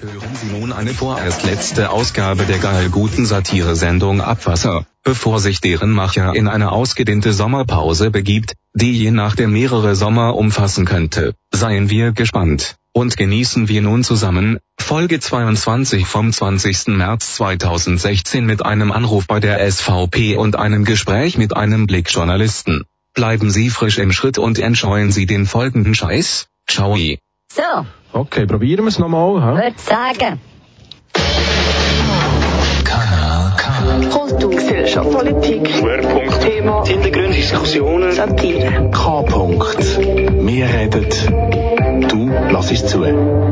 Hören Sie nun eine vorerst letzte Ausgabe der geilguten Satire-Sendung Abwasser, bevor sich deren Macher in eine ausgedehnte Sommerpause begibt, die je nachdem mehrere Sommer umfassen könnte. Seien wir gespannt und genießen wir nun zusammen Folge 22 vom 20. März 2016 mit einem Anruf bei der SVP und einem Gespräch mit einem Blickjournalisten. Bleiben Sie frisch im Schritt und enjoyen Sie den folgenden Scheiß. Ciao. So. Okay, probieren wir es nochmal. Würde sagen. Kanal K. Kultur, Gesellschaft, Politik, Schwerpunkt, Thema, Hintergründe, Diskussionen, Satire. K-Punkt. Wir reden, du lass es zu.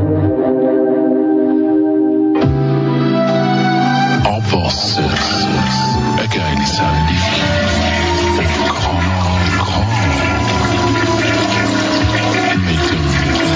Abwasser. Eine geile Sendung. Kanal K. Mit dem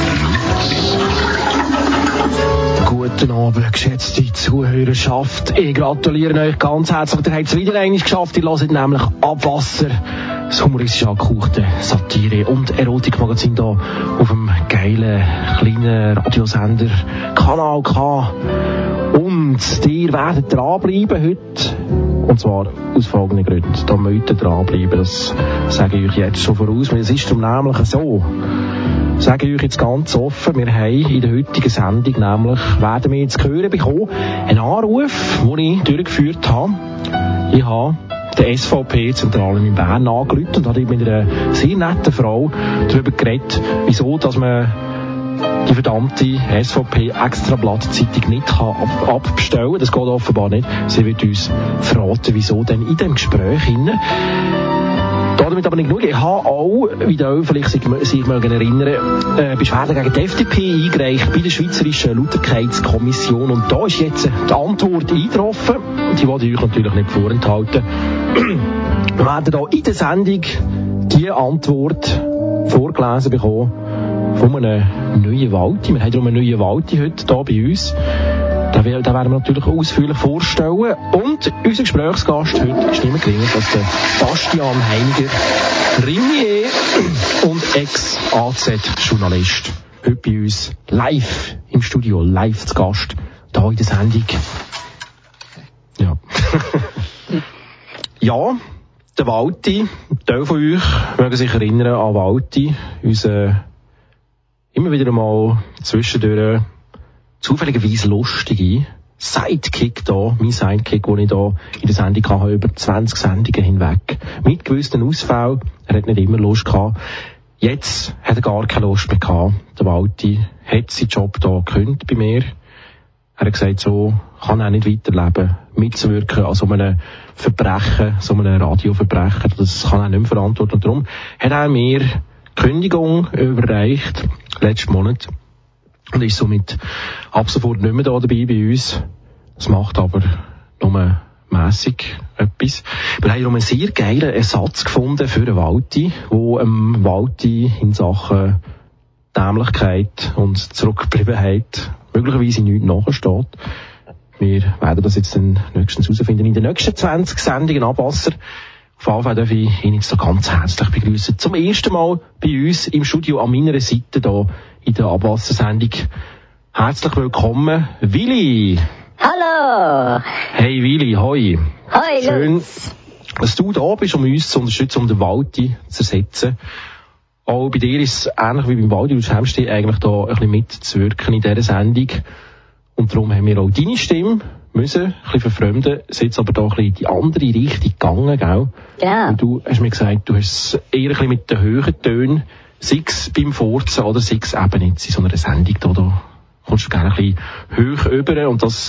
Guten Abend, geschätzte Zuhörerschaft. Ich gratuliere euch ganz herzlich. Ihr habt es wieder einmal geschafft. Ihr hört nämlich Abwasser, das humoristisch angehauchte Satire- und Erotikmagazin hier auf dem geilen kleinen Radiosender Kanal K. Und ihr werdet dranbleiben heute. Und zwar aus folgenden Gründen. Da müsst ihr dranbleiben. Das sage ich euch jetzt schon voraus. Weil es ist nämlich so. Sage ich euch jetzt ganz offen, wir haben in der heutigen Sendung nämlich, werden wir jetzt hören bekommen, einen Anruf, den ich durchgeführt habe. Ich habe der SVP-Zentrale in Bern angerufen und habe mit einer sehr netten Frau darüber geredet, wieso, dass man die verdammte SVP-Extrablatt-Zeitung nicht kann abbestellen kann. Das geht offenbar nicht. Sie wird uns verraten, wieso denn in dem Gespräch hinein. Damit aber nicht genug. Ich habe auch, wie ihr vielleicht sich erinnern, Beschwerde gegen die FDP eingereicht bei der Schweizerischen Lauterkeitskommission. Und da ist jetzt die Antwort eingetroffen. Die wollte ich euch natürlich nicht vorenthalten. Wir werden hier in der Sendung die Antwort vorgelesen bekommen von einem neuen Walti. Wir haben darum einen neuen Walti heute hier bei uns. Den werden wir natürlich ausführlich vorstellen. Und unser Gesprächsgast heute ist niemand geringer als der Bastian Heiniger, Rimier und Ex-AZ-Journalist. Heute bei uns live im Studio, live zu Gast, hier in der Sendung. Ja. Ja, der Walti, Teil von euch mögen sich erinnern an Walti, unser immer wieder mal zwischendurch zufälligerweise lustige Sidekick da, mein Sidekick, den ich da in der Sendung hatte, über 20 Sendungen hinweg. Mit gewissen Ausfällen. Er hat nicht immer Lust gehabt. Jetzt hat er gar keine Lust mehr gehabt. Der Walti hat seinen Job da gekündigt bei mir. Er hat gesagt, so kann er nicht weiterleben, mitzuwirken an so einem Verbrechen, so einem Radioverbrechen. Das kann er nicht mehr verantworten. Und darum hat er mir Kündigung überreicht, letzten Monat. Und ist somit ab sofort nicht mehr da dabei bei uns. Das macht aber nur mässig etwas. Wir haben einen sehr geilen Ersatz gefunden für einen Walti, wo Walti in Sachen Dämlichkeit und Zurückgebliebenheit möglicherweise nichts nachsteht. Wir werden das jetzt dann nächstens herausfinden. In den nächsten 20 Sendungen Abwasser. Auf jeden Fall darf ich ihn jetzt so ganz herzlich begrüßen. Zum ersten Mal bei uns im Studio an meiner Seite hier in der Abwassersendung. Herzlich willkommen, Willi. Hallo. Hey Willi, hoi. Hoi, Schön, Lutz. dass du da bist, um uns zu unterstützen, um den Walti zu ersetzen. Auch bei dir ist es ähnlich wie beim Walti. Du schämst dich eigentlich da ein bisschen mitzuwirken in dieser Sendung. Und darum haben wir auch deine Stimme müssen ein bisschen verfremden, ist jetzt aber da ein bisschen in die andere Richtung gegangen, gell? Genau. Und du hast mir gesagt, du hast es eher ein bisschen mit den höheren Tönen, sei es beim Furzen oder sei es eben jetzt in so einer Sendung, da kommst du gerne ein bisschen hoch rüber und das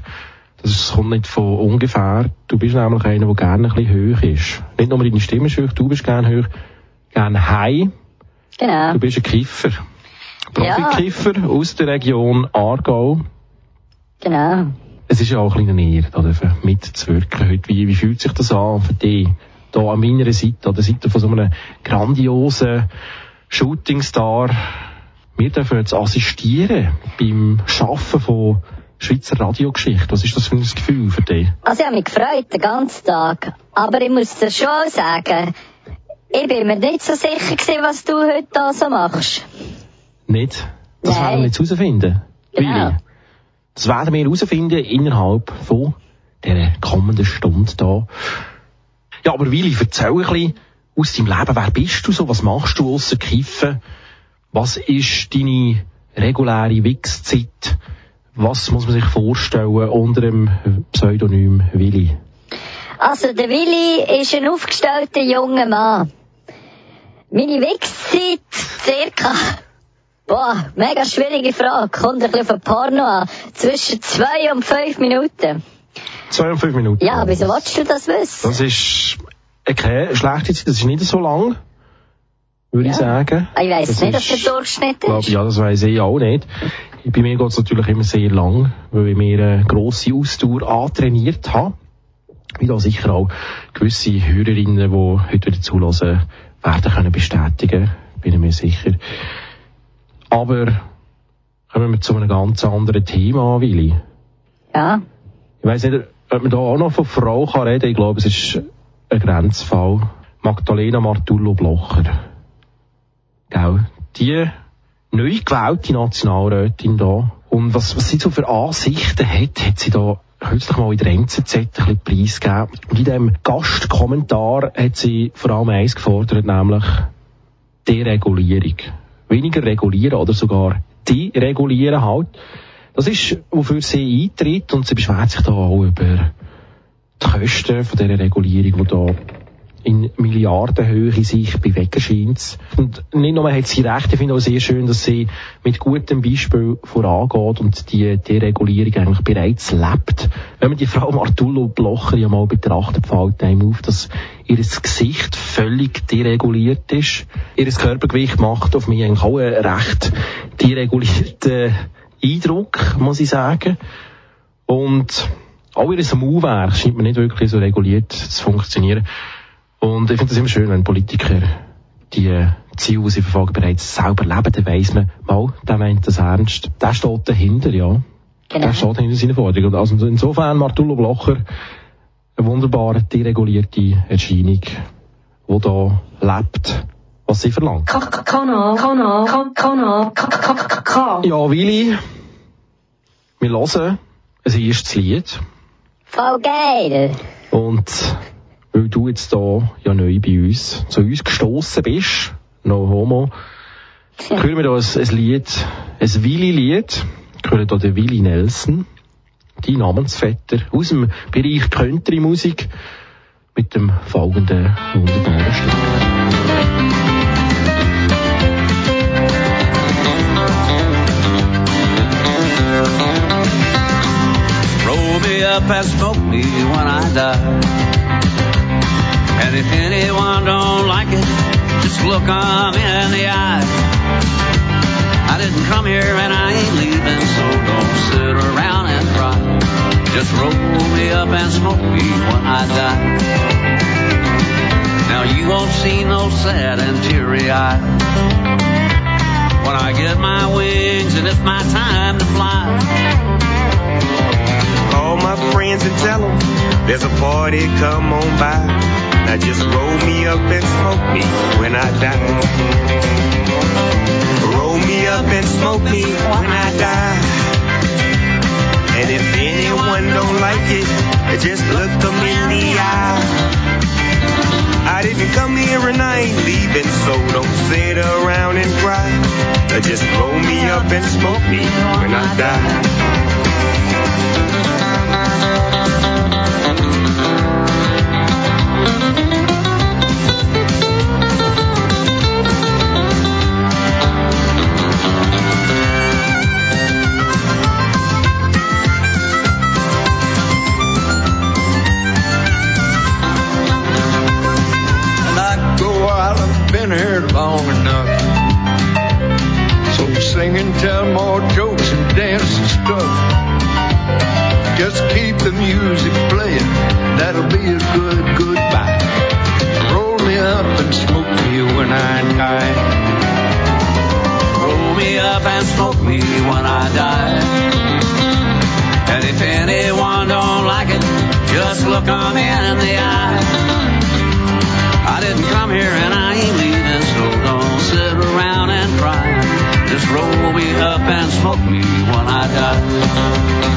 kommt nicht von ungefähr. Du bist nämlich einer, der gerne ein bisschen hoch ist. Nicht nur deine Stimme ist hoch, du bist gerne hoch, gerne high. Genau. Du bist ein Kiffer. Profikiffer aus der Region Aargau. Genau. Es ist ja auch ein bisschen Ehre, da mitzuwirken heute. Wie fühlt sich das an für dich? Da an meiner Seite, an der Seite von so einem grandiosen Shootingstar. Wir dürfen jetzt assistieren beim Schaffen von Schweizer Radiogeschichte. Was ist das für ein Gefühl für dich? Also ich habe mich gefreut, den ganzen Tag. Aber ich muss dir schon sagen, ich bin mir nicht so sicher gewesen, was du heute da so machst. Nicht? Das Nein. werden wir jetzt herausfinden. Genau. Willi. Das werden wir herausfinden innerhalb von dieser kommenden Stunde hier. Ja, aber Willi, erzähl ein bisschen aus deinem Leben. Wer bist du so? Was machst du ausser Kiffen? Was ist deine reguläre Wichszeit? Was muss man sich vorstellen unter dem Pseudonym Willi? Also, der Willi ist ein aufgestellter junger Mann. Meine Wichszeit circa... mega schwierige Frage. Kommt ein bisschen von Porno an. Zwischen 2 und 5 Minuten. 2 und 5 Minuten? Ja, wieso willst du das wissen? Das ist keine schlechte Zeit. Das ist nicht so lang, würde ich sagen. Ich weiss nicht, dass der Durchschnitt ist. Ja, das weiss ich auch nicht. Bei mir geht es natürlich immer sehr lang, weil ich mir eine grosse Ausdauer antrainiert habe. Wie da sicher auch gewisse Hörerinnen, die heute wieder zuhören, werden können bestätigen, bin ich mir sicher. Aber kommen wir zu einem ganz anderen Thema, Willi. Ja. Ich weiss nicht, ob man da auch noch von Frau kann reden. Ich glaube, es ist ein Grenzfall. Magdalena Martullo-Blocher. Gell? Die neu gewählte Nationalrätin da. Und was sie so für Ansichten hat sie da kürzlich mal in der NZZ ein bisschen preisgegeben. Und in diesem Gastkommentar hat sie vor allem eins gefordert, nämlich Deregulierung. Weniger regulieren oder sogar deregulieren halt. Das ist, wofür sie eintritt, und sie beschwert sich da auch über die Kosten von dieser Regulierung, die da in Milliardenhöhe sich bewegen scheint. Und nicht nur hat sie recht, ich finde auch sehr schön, dass sie mit gutem Beispiel vorangeht und die Deregulierung eigentlich bereits lebt. Wenn man die Frau Martullo-Blocher ja mal betrachtet, fällt einem auf, dass ihr Gesicht völlig dereguliert ist. Ihr Körpergewicht macht auf mich eigentlich auch einen recht deregulierten Eindruck, muss ich sagen. Und auch ihr Mauwerk scheint mir nicht wirklich so reguliert zu funktionieren. Und ich finde es immer schön, wenn Politiker die Ziele, die sie verfolgen, bereits selber leben. Dann weiss man, der meint das ernst. Der steht dahinter, ja. Genau. Der steht hinter seinen Forderungen. Also insofern, Martullo-Blocher, eine wunderbar deregulierte Erscheinung, die da lebt, was sie verlangt. Ja, Willi, wir hören ein erstes Lied. Voll geil! Und weil du jetzt da ja neu bei uns, zu uns gestossen bist, no homo, hören wir da ein Lied, ein Willi-Lied, hören da den Willi Nelson, dein Namensvetter, aus dem Bereich Country-Musik, mit dem folgenden wunderbaren Stück. Roll me up and smoke me when I die. And if anyone don't like it, just look 'em in the eye. I didn't come here and I ain't leaving, so don't sit around and cry. Just roll me up and smoke me when I die. Now you won't see no sad and teary eye when I get my wings and it's my time to fly. Call my friends and tell them there's a party, come on by. Now just roll me up and smoke me when I die. Roll me up and smoke me when I die. And if anyone don't like it, just look them in the eye. I didn't come here and I ain't leaving, so don't sit around and cry. Just roll me up and smoke me when I die. Here long enough, so sing and tell more jokes and dance and stuff. Just keep the music playing, that'll be a good goodbye. Roll me up and smoke me when I die. Roll me up and smoke me when I die. And if anyone don't like it, just look 'em in the eye. I didn't come here and I ain't leaving, so don't sit around and cry. Just roll me up and smoke me when I die.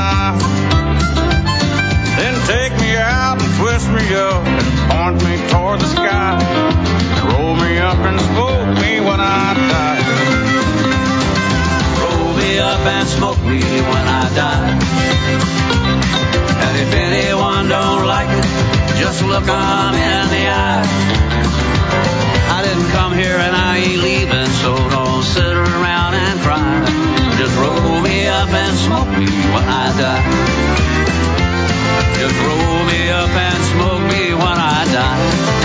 die. Then take me out and twist me up and point me toward the sky. Roll me up and smoke me when I die. Roll me up and smoke me when I die. And if anyone don't like it, just look 'em in the eye. I didn't come here and I ain't leaving, so don't sit around and cry. Just roll me up and smoke me when I die. Just roll me up and smoke me when I die.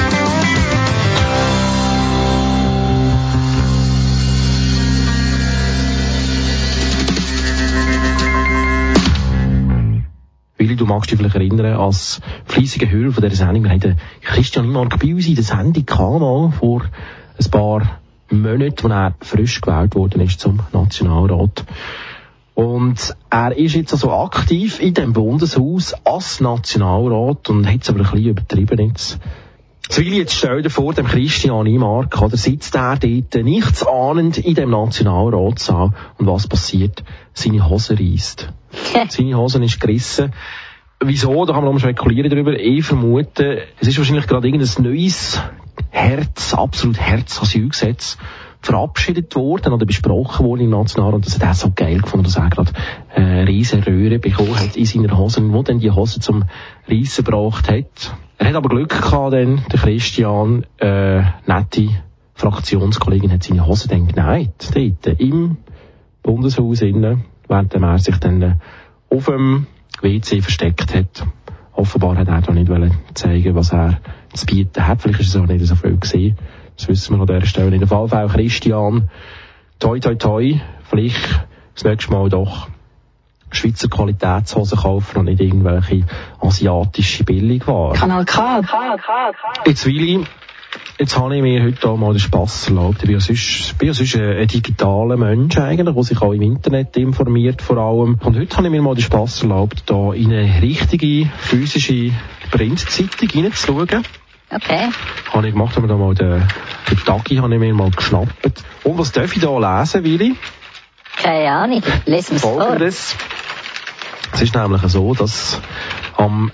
Willi, du magst dich vielleicht erinnern, als fleissiger Hörer von dieser Sendung, wir hatten Christian Imark bei uns in der Sendung gehabt, vor ein paar Monaten, als er frisch gewählt worden ist zum Nationalrat. Und er ist jetzt also aktiv in dem Bundeshaus als Nationalrat und hat es aber ein bisschen übertrieben jetzt. Willi, jetzt stell dir vor, dem Christian Imark, oder sitzt er dort nichts ahnend in dem Nationalratssaal und was passiert? Seine Hose reisst. Seine Hose ist gerissen. Wieso? Da kann man noch spekulieren darüber. Ich vermute, es ist wahrscheinlich gerade irgendein neues absolut Asylgesetz verabschiedet worden oder besprochen worden im Nationalrat. Und das hat er so geil gefunden, dass er gerade eine riesen Röhre bekommen hat in seiner Hose, wo dann die Hose zum Reissen gebracht hat. Er hat aber Glück gehabt, denn der Christian, nette Fraktionskollegin, hat seine Hose dann geneigt, dort im Bundeshaus innen, während er sich dann auf dem WC versteckt hat. Offenbar hat er da nicht zeigen, was er zu bieten hat. Vielleicht ist es auch nicht so viel gesehen. Das wissen wir an dieser Stelle. In der Fall Christian, toi toi toi, vielleicht das nächste Mal doch Schweizer Qualitätshosen kaufen und nicht irgendwelche asiatische Billigwaren. Kanal K. Jetzt Willi, jetzt habe ich mir heute auch mal den Spass erlaubt. Ich bin ja sonst ein digitaler Mensch eigentlich, der sich auch im Internet informiert vor allem. Und heute habe ich mir mal den Spass erlaubt, da in eine richtige physische Printzeitung reinzuschauen. Okay. Habe ich gemacht, habe mir da mal den Tagi habe ich mir mal geschnappt. Und was darf ich da lesen, Willi? Keine Ahnung, lesen wir es vor. Folgendes. Es ist nämlich so, dass am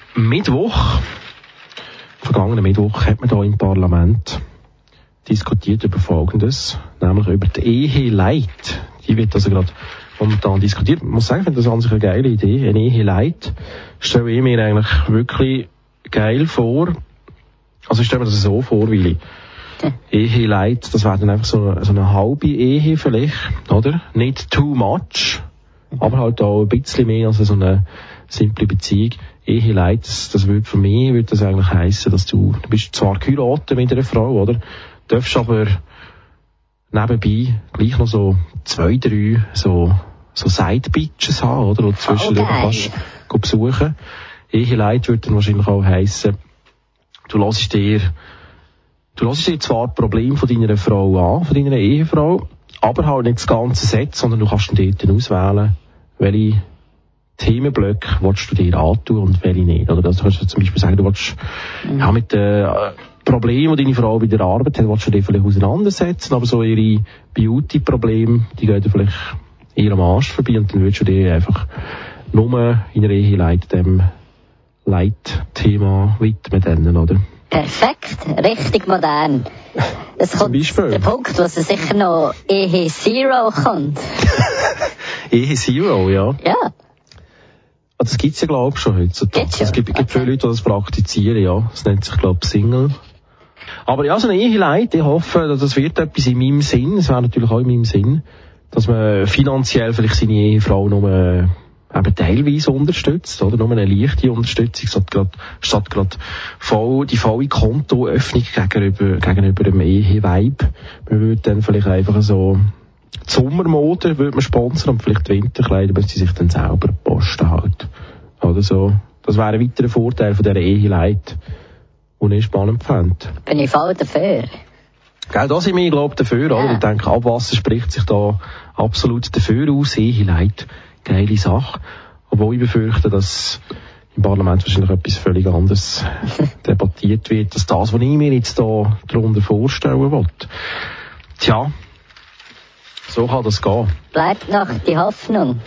vergangenen Mittwoch, hat man da im Parlament diskutiert über Folgendes, nämlich über die Eheleit. Die wird also gerade momentan diskutiert. Ich muss sagen, ich finde das an sich eine geile Idee. Eine Eheleit stelle ich mir eigentlich wirklich geil vor. Also ich stelle mir das so vor, Willi. Eheleit, das wäre dann einfach so eine halbe Ehe vielleicht, oder? Nicht too much, aber halt auch ein bisschen mehr als so eine simple Beziehung. Eheleit, das würde für mich, würde das eigentlich heissen, dass du bist zwar geheiratet mit einer Frau, oder? Darfst aber nebenbei gleich noch so 2, 3 so Side-Bitches haben, oder? Und zwischendurch kannst du besuchen. Eheleit würde dann wahrscheinlich auch heissen, du hörst dir zwar das Problem von deiner Frau an, von deiner Ehefrau, aber halt nicht das ganze Set, sondern du kannst dann dort auswählen, welche Themenblöcke willst du dir antun und welche nicht. Oder also, du kannst zum Beispiel sagen, du willst mit den Problemen, die deine Frau bei der Arbeit hat, willst du dir vielleicht auseinandersetzen, aber so ihre Beauty-Probleme, die gehen dir vielleicht ihrem Arsch vorbei und dann würdest du dir einfach nur in einer Ehe dem Leitthema widmen, oder? Perfekt, richtig modern. Es kommt der Punkt, wo es sicher noch Ehe Zero kommt. Ehe Zero, ja. Ja. Das gibt's ja, glaube ich, schon heutzutage. Es gibt viele Leute, die das praktizieren, ja. Das nennt sich, glaube ich, Single. Aber ja, so eine Eheleit, ich hoffe, das wird etwas in meinem Sinn. Es wäre natürlich auch in meinem Sinn, dass man finanziell vielleicht seine Ehefrau nur eben teilweise unterstützt, oder? Nur eine leichte Unterstützung, statt gerade die volle Kontoöffnung gegenüber dem Eheweib. Man würde dann vielleicht einfach so die Sommermode würde man sponsern und vielleicht die Winterkleider müssen sie sich dann selber posten halt. Oder so. Das wäre ein weiterer Vorteil von dieser Eheleit, den ich spannend fände. Bin ich voll dafür. Gell, da sind wir, glaube ich, dafür, oder? Ich denke, Abwasser spricht sich da absolut dafür aus. Eheleit, geile Sache. Obwohl ich befürchte, dass im Parlament wahrscheinlich etwas völlig anderes debattiert wird, als das, was ich mir jetzt da darunter vorstellen will. Tja, so kann das gehen. Bleibt noch die Hoffnung.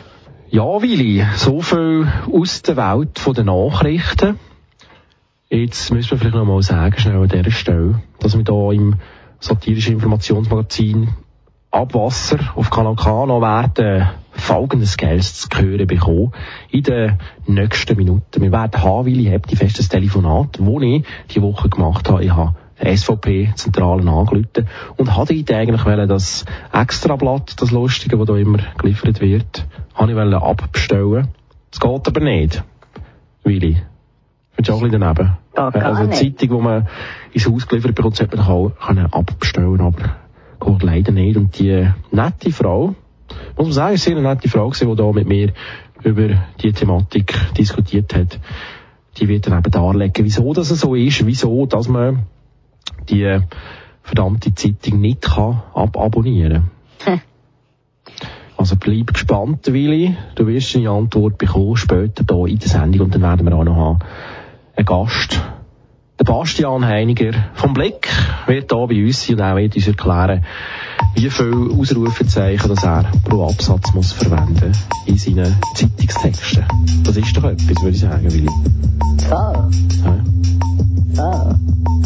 Ja, Willi, so viel aus der Welt der Nachrichten. Jetzt müssen wir vielleicht noch mal sagen, schnell an dieser Stelle, dass wir hier im satirischen Informationsmagazin Abwasser auf Kanal K noch werden folgendes Geiles zu hören bekommen in den nächsten Minuten. Wir werden haben, Willi, habt ihr festes Telefonat, das ich die Woche gemacht habe. Ich habe den SVP-Zentralen angerufen und hatte eigentlich das Extrablatt, das Lustige, das da immer geliefert wird, habe ich abbestellen. Das geht aber nicht, Willi. Findest du auch ein bisschen daneben? Also eine Zeitung, die man ins Haus geliefert bekommt, sollte man auch abbestellen, aber geht leider nicht. Und die nette Frau, muss man sagen, ist eine sehr nette Frau gewesen, die da mit mir über die Thematik diskutiert hat. Die wird dann eben darlegen, wieso das so ist, wieso, dass man die verdammte Zeitung nicht kann ababonnieren kann. Also bleib gespannt, Willi. Du wirst eine Antwort bekommen, später hier in der Sendung. Und dann werden wir auch noch haben einen Gast. Der Bastian Heiniger vom Blick wird hier bei uns sein und auch wird uns erklären, wie viele Ausrufezeichen das er pro Absatz muss verwenden in seinen Zeitungstexten. Das ist doch etwas, würde ich sagen, Willi. Voll. Ja. Voll.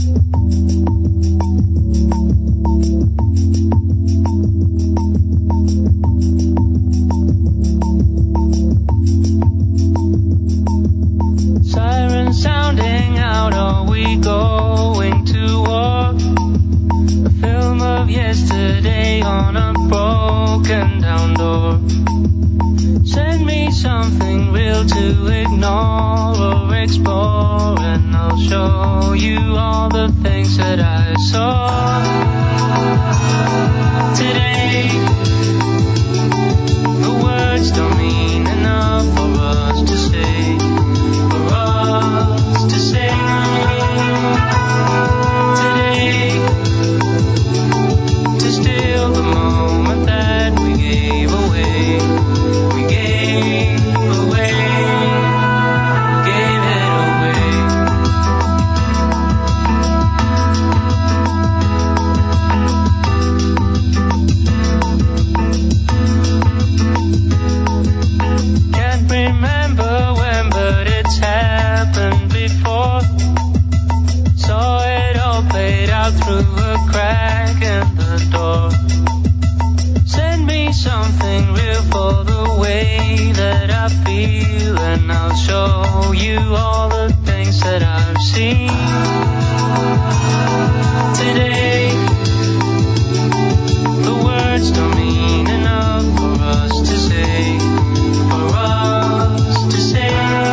Siren sounding out, are we going to war? A film of yesterday on a broken down door. Send me something real to ignore or explore, and I'll show you all the things that I saw today. The words don't mean enough for us to say. To say today, to steal the moment that we gave away, we gave away, gave it away. Can't remember when, but it's happened before. Saw it all played out through a crack in the door. Send me something real for the way that I feel, and I'll show you all the things that I've seen today. The words don't mean enough for us to say, for us to say.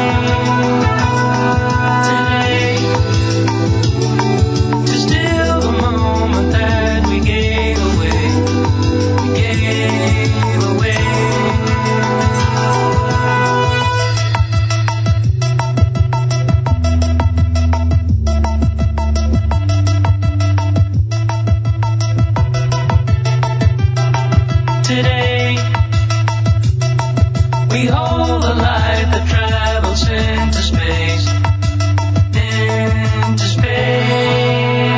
Today, we hold a light that travels into space, into space.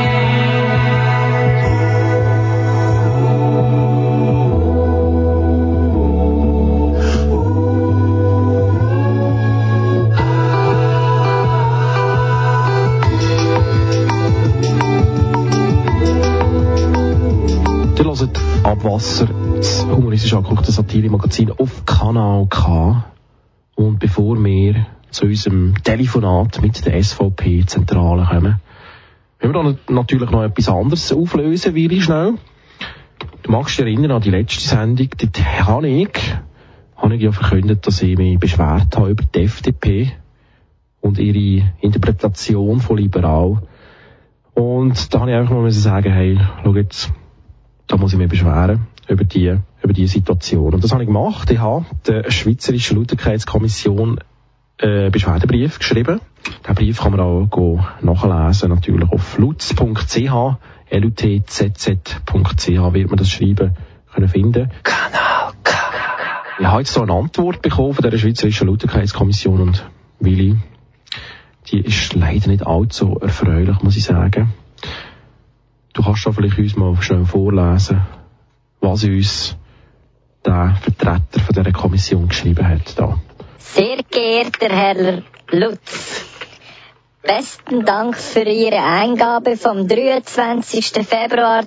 Ihr hört Abwasser, das humoristisch angehauchte Satire-Magazin auf Kanal K. Und bevor wir zu unserem Telefonat mit der SVP-Zentrale kommen, wollen wir da natürlich noch etwas anderes auflösen, Willi, schnell. Du magst dich erinnern an die letzte Sendung, dort habe ich ja verkündet, dass ich mich beschwert habe über die FDP und ihre Interpretation von liberal. Und da habe ich einfach mal sagen, hey, schau jetzt, da muss ich mich beschweren über die Situation. Und das habe ich gemacht. Ich habe der Schweizerischen Lauterkeitskommission Beschwerdebrief geschrieben. Den Brief kann man auch nachlesen, natürlich auf lutz.ch, lutzz.ch wird man das Schreiben können finden. Kanal K. Ich habe jetzt so eine Antwort bekommen von der Schweizerischen Lauterkeitskommission und Willi, die ist leider nicht allzu erfreulich, muss ich sagen. Du kannst da vielleicht uns mal schnell vorlesen, was uns der Vertreter von dieser Kommission geschrieben hat. Da. Sehr geehrter Herr Lutz, besten Dank für Ihre Eingabe vom 23. Februar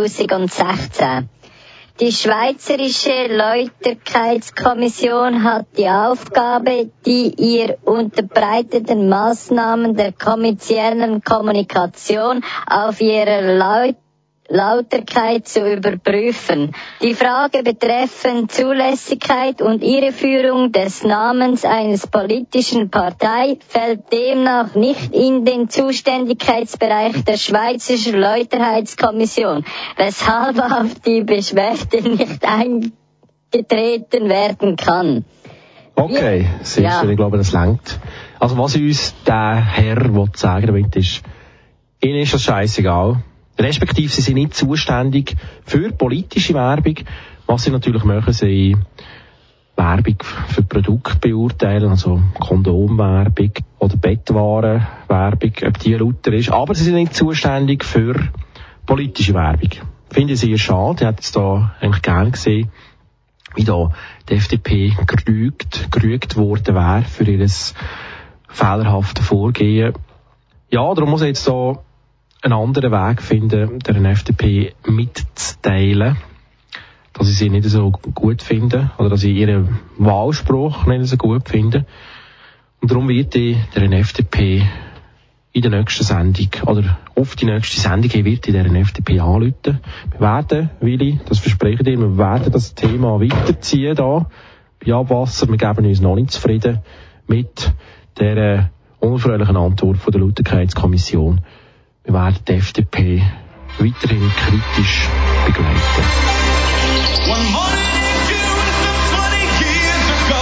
2016. Die Schweizerische Läuterkeitskommission hat die Aufgabe, die ihr unterbreiteten Maßnahmen der kommerziellen Kommunikation auf ihrer Lauterkeit zu überprüfen. Die Frage betreffend Zulässigkeit und Irreführung des Namens eines politischen Partei fällt demnach nicht in den Zuständigkeitsbereich der Schweizerischen Läuterkeitskommission, weshalb auf die Beschwerde nicht eingetreten werden kann. Okay, sehr schön, ich glaube, das reicht. Also was uns der Herr sagen will, ist, ihnen ist das scheissegal. Respektive, sie sind nicht zuständig für politische Werbung. Was sie natürlich machen, sie Werbung für Produkte beurteilen, also Kondomwerbung oder Bettwarenwerbung, ob die lauter ist. Aber sie sind nicht zuständig für politische Werbung. Finde ich sehr schade. Ich hätte es da eigentlich gerne gesehen, wie da die FDP gerügt worden wäre für ihr fehlerhaftes Vorgehen. Ja, darum muss ich jetzt da einen anderen Weg finden, der FDP mitzuteilen, dass ich sie nicht so gut finde, oder dass ich ihren Wahlspruch nicht so gut finde. Und darum wird ich der FDP in der nächsten Sendung, oder auf die nächste Sendung hin, wird ich der FDP anrufen. Wir werden, Willi, das verspreche ich dir, wir werden das Thema weiterziehen da, bei Abwasser. Wir geben uns noch nicht zufrieden mit der unerfreulichen Antwort von der Lauterkeitskommission. Wir werden die FDP weiterhin kritisch begleiten. One morning in June, some 20 years ago,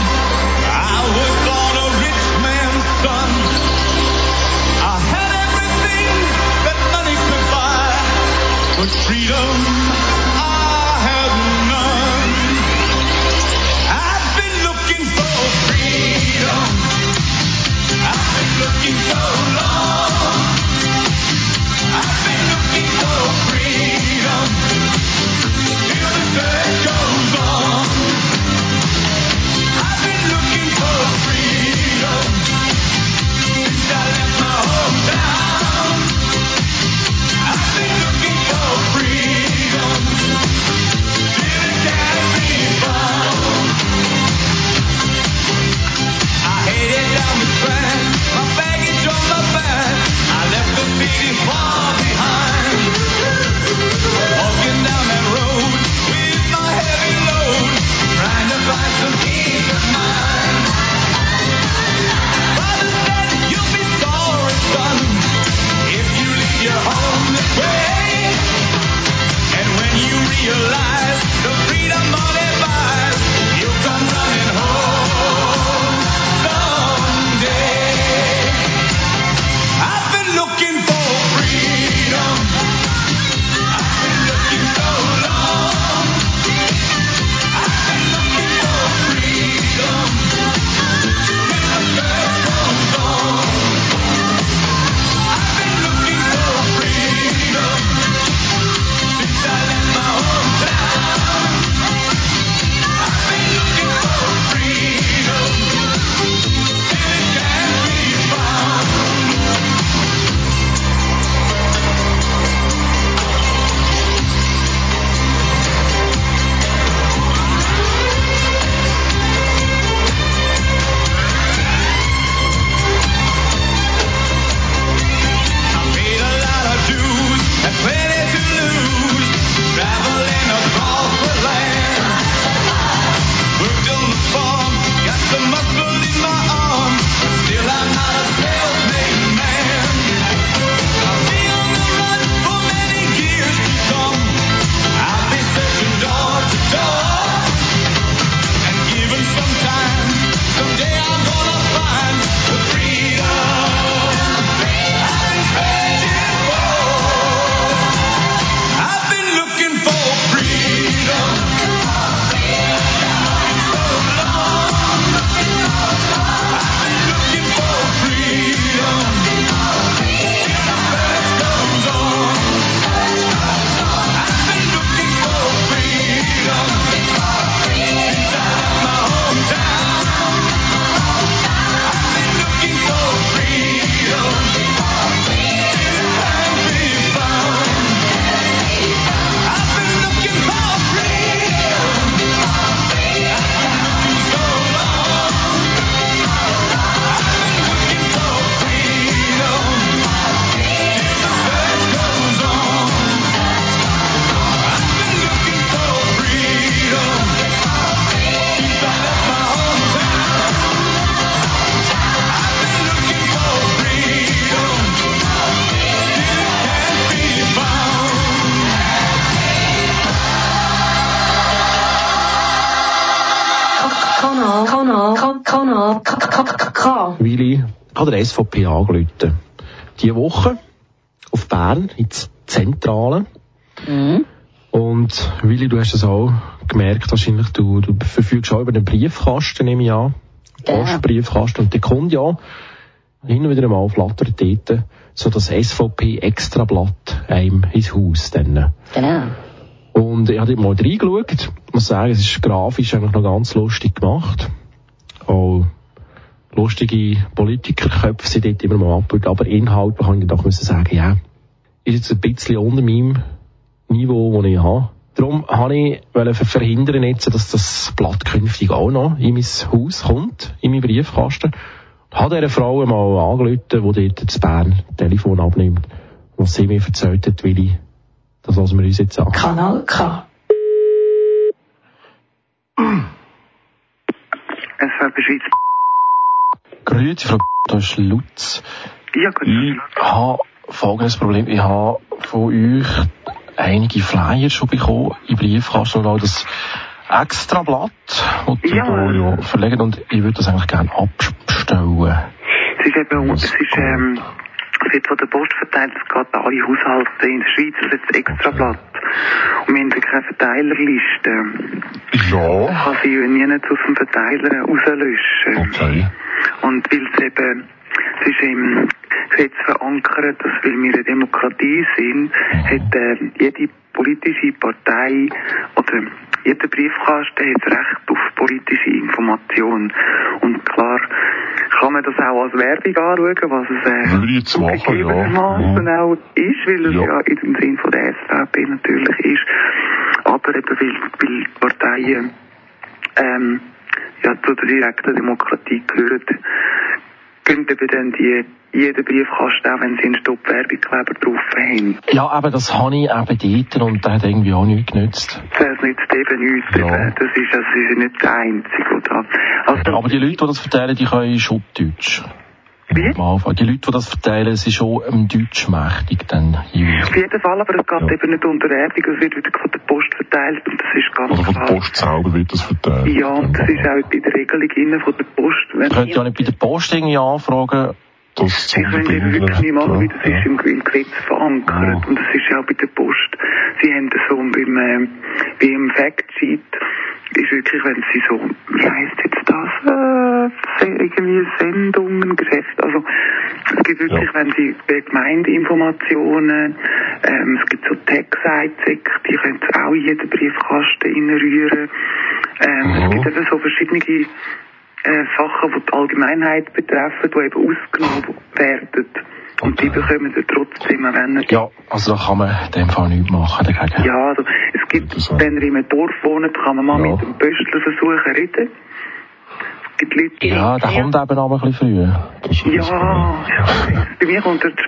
I was born a rich man's son. I had everything that money could buy, but freedom I had none. I've been looking for freedom. I've been looking so long. I've been looking for freedom. Feel the surge Kanal K. Willi, ich habe der SVP angerufen. Diese Woche auf Bern, in der Zentrale. Mhm. Und Willi, du hast es auch gemerkt, wahrscheinlich, du verfügst auch über den Briefkasten, nehme ich an. Postbriefkasten. Und der kommt ja hin und wieder einmal flattert dort so das SVP-Extrablatt einem ins Haus. Dann. Genau. Und ich habe dort mal reingeschaut. Ich muss sagen, es ist grafisch eigentlich noch ganz lustig gemacht. Auch lustige Politikerköpfe sind dort immer mal abgebildet. Aber inhaltlich habe ich gedacht, müssen sagen, ja, ist jetzt ein bisschen unter meinem Niveau, das ich habe. Darum wollte ich verhindern jetzt, dass das Blatt künftig auch noch in mein Haus kommt, in meinen Briefkasten. Habe dieser Frau mal angerufen, die dort in Bern Telefon abnimmt. Was sie mir erzählt hat, Willi, das lassen wir uns jetzt an. Kanal K. SVP Schweiz. Grüezi, Frau da ist Lutz. Ja, gut. Ich habe folgendes Problem. Ich habe von euch einige Flyer schon bekommen im Briefkasten und auch das Extrablatt, das ihr verlegt, und ich würde das eigentlich gerne abstellen. Es ist eben, es wird von der Post verteilt, es geht an alle Haushalte in der Schweiz, das ist das Extrablatt. Und wir haben keine Verteilerliste. Ja. Man kann sie nie nicht aus dem Verteiler rauslöschen. Okay. Und weil es ist im Gesetz verankert, dass weil wir eine Demokratie sind, hat jede politische Partei oder jeder Briefkasten hat Recht auf politische Information. Und klar kann man das auch als Werbung anschauen, was es zugegebenermaßen auch ist, weil es ja in dem Sinn von der SVP natürlich ist. Aber eben weil Parteien zu der direkten Demokratie gehören, können eben dann jeden Briefkasten, auch wenn sie einen Stopp-Werbekleber drauf haben. Ja, aber das habe ich eben dort und der hat irgendwie auch nichts genützt. Das nützt eben nichts. Ja. Das ist nicht der Einzige. Oder? Also, aber die Leute, die das verteilen, die können Schubdeutsch. Wie? Die Leute, die das verteilen, sind schon deutschmächtig dann jeweils. Auf jeden Fall, aber es geht eben nicht unter Werbung, es wird wieder von der Post verteilt und das ist ganz klar. Also von der Post selber wird das verteilt? Ja, und das ist auch in der Regelung innen von der Post. Ihr könnt ja nicht bei der Post irgendwie anfragen. Sie können das wirklich nicht machen, weil das ist im Gesetz verankert und das ist auch bei der Post. Sie haben das so wie im Factsheet, ist wirklich, wenn sie so, wie heisst jetzt das, irgendwie Sendungen, Geschäfte, also es gibt wirklich, wenn sie Gemeindeinformationen, es gibt so Tag-Sites, die können auch in jeden Briefkasten reinrühren. Es gibt eben so verschiedene Sachen, die die Allgemeinheit betreffen, die eben ausgenommen werden. Und die bekommen wir trotzdem, wenn nicht. Ja, also da kann man in dem Fall nichts machen dagegen. Ja, also es gibt, wenn ihr in einem Dorf wohnt, kann man mal mit dem Pöstler versuchen reden. Es gibt Leute, ja, der kommt eben aber ein bisschen früher. Bei mir kommt er zu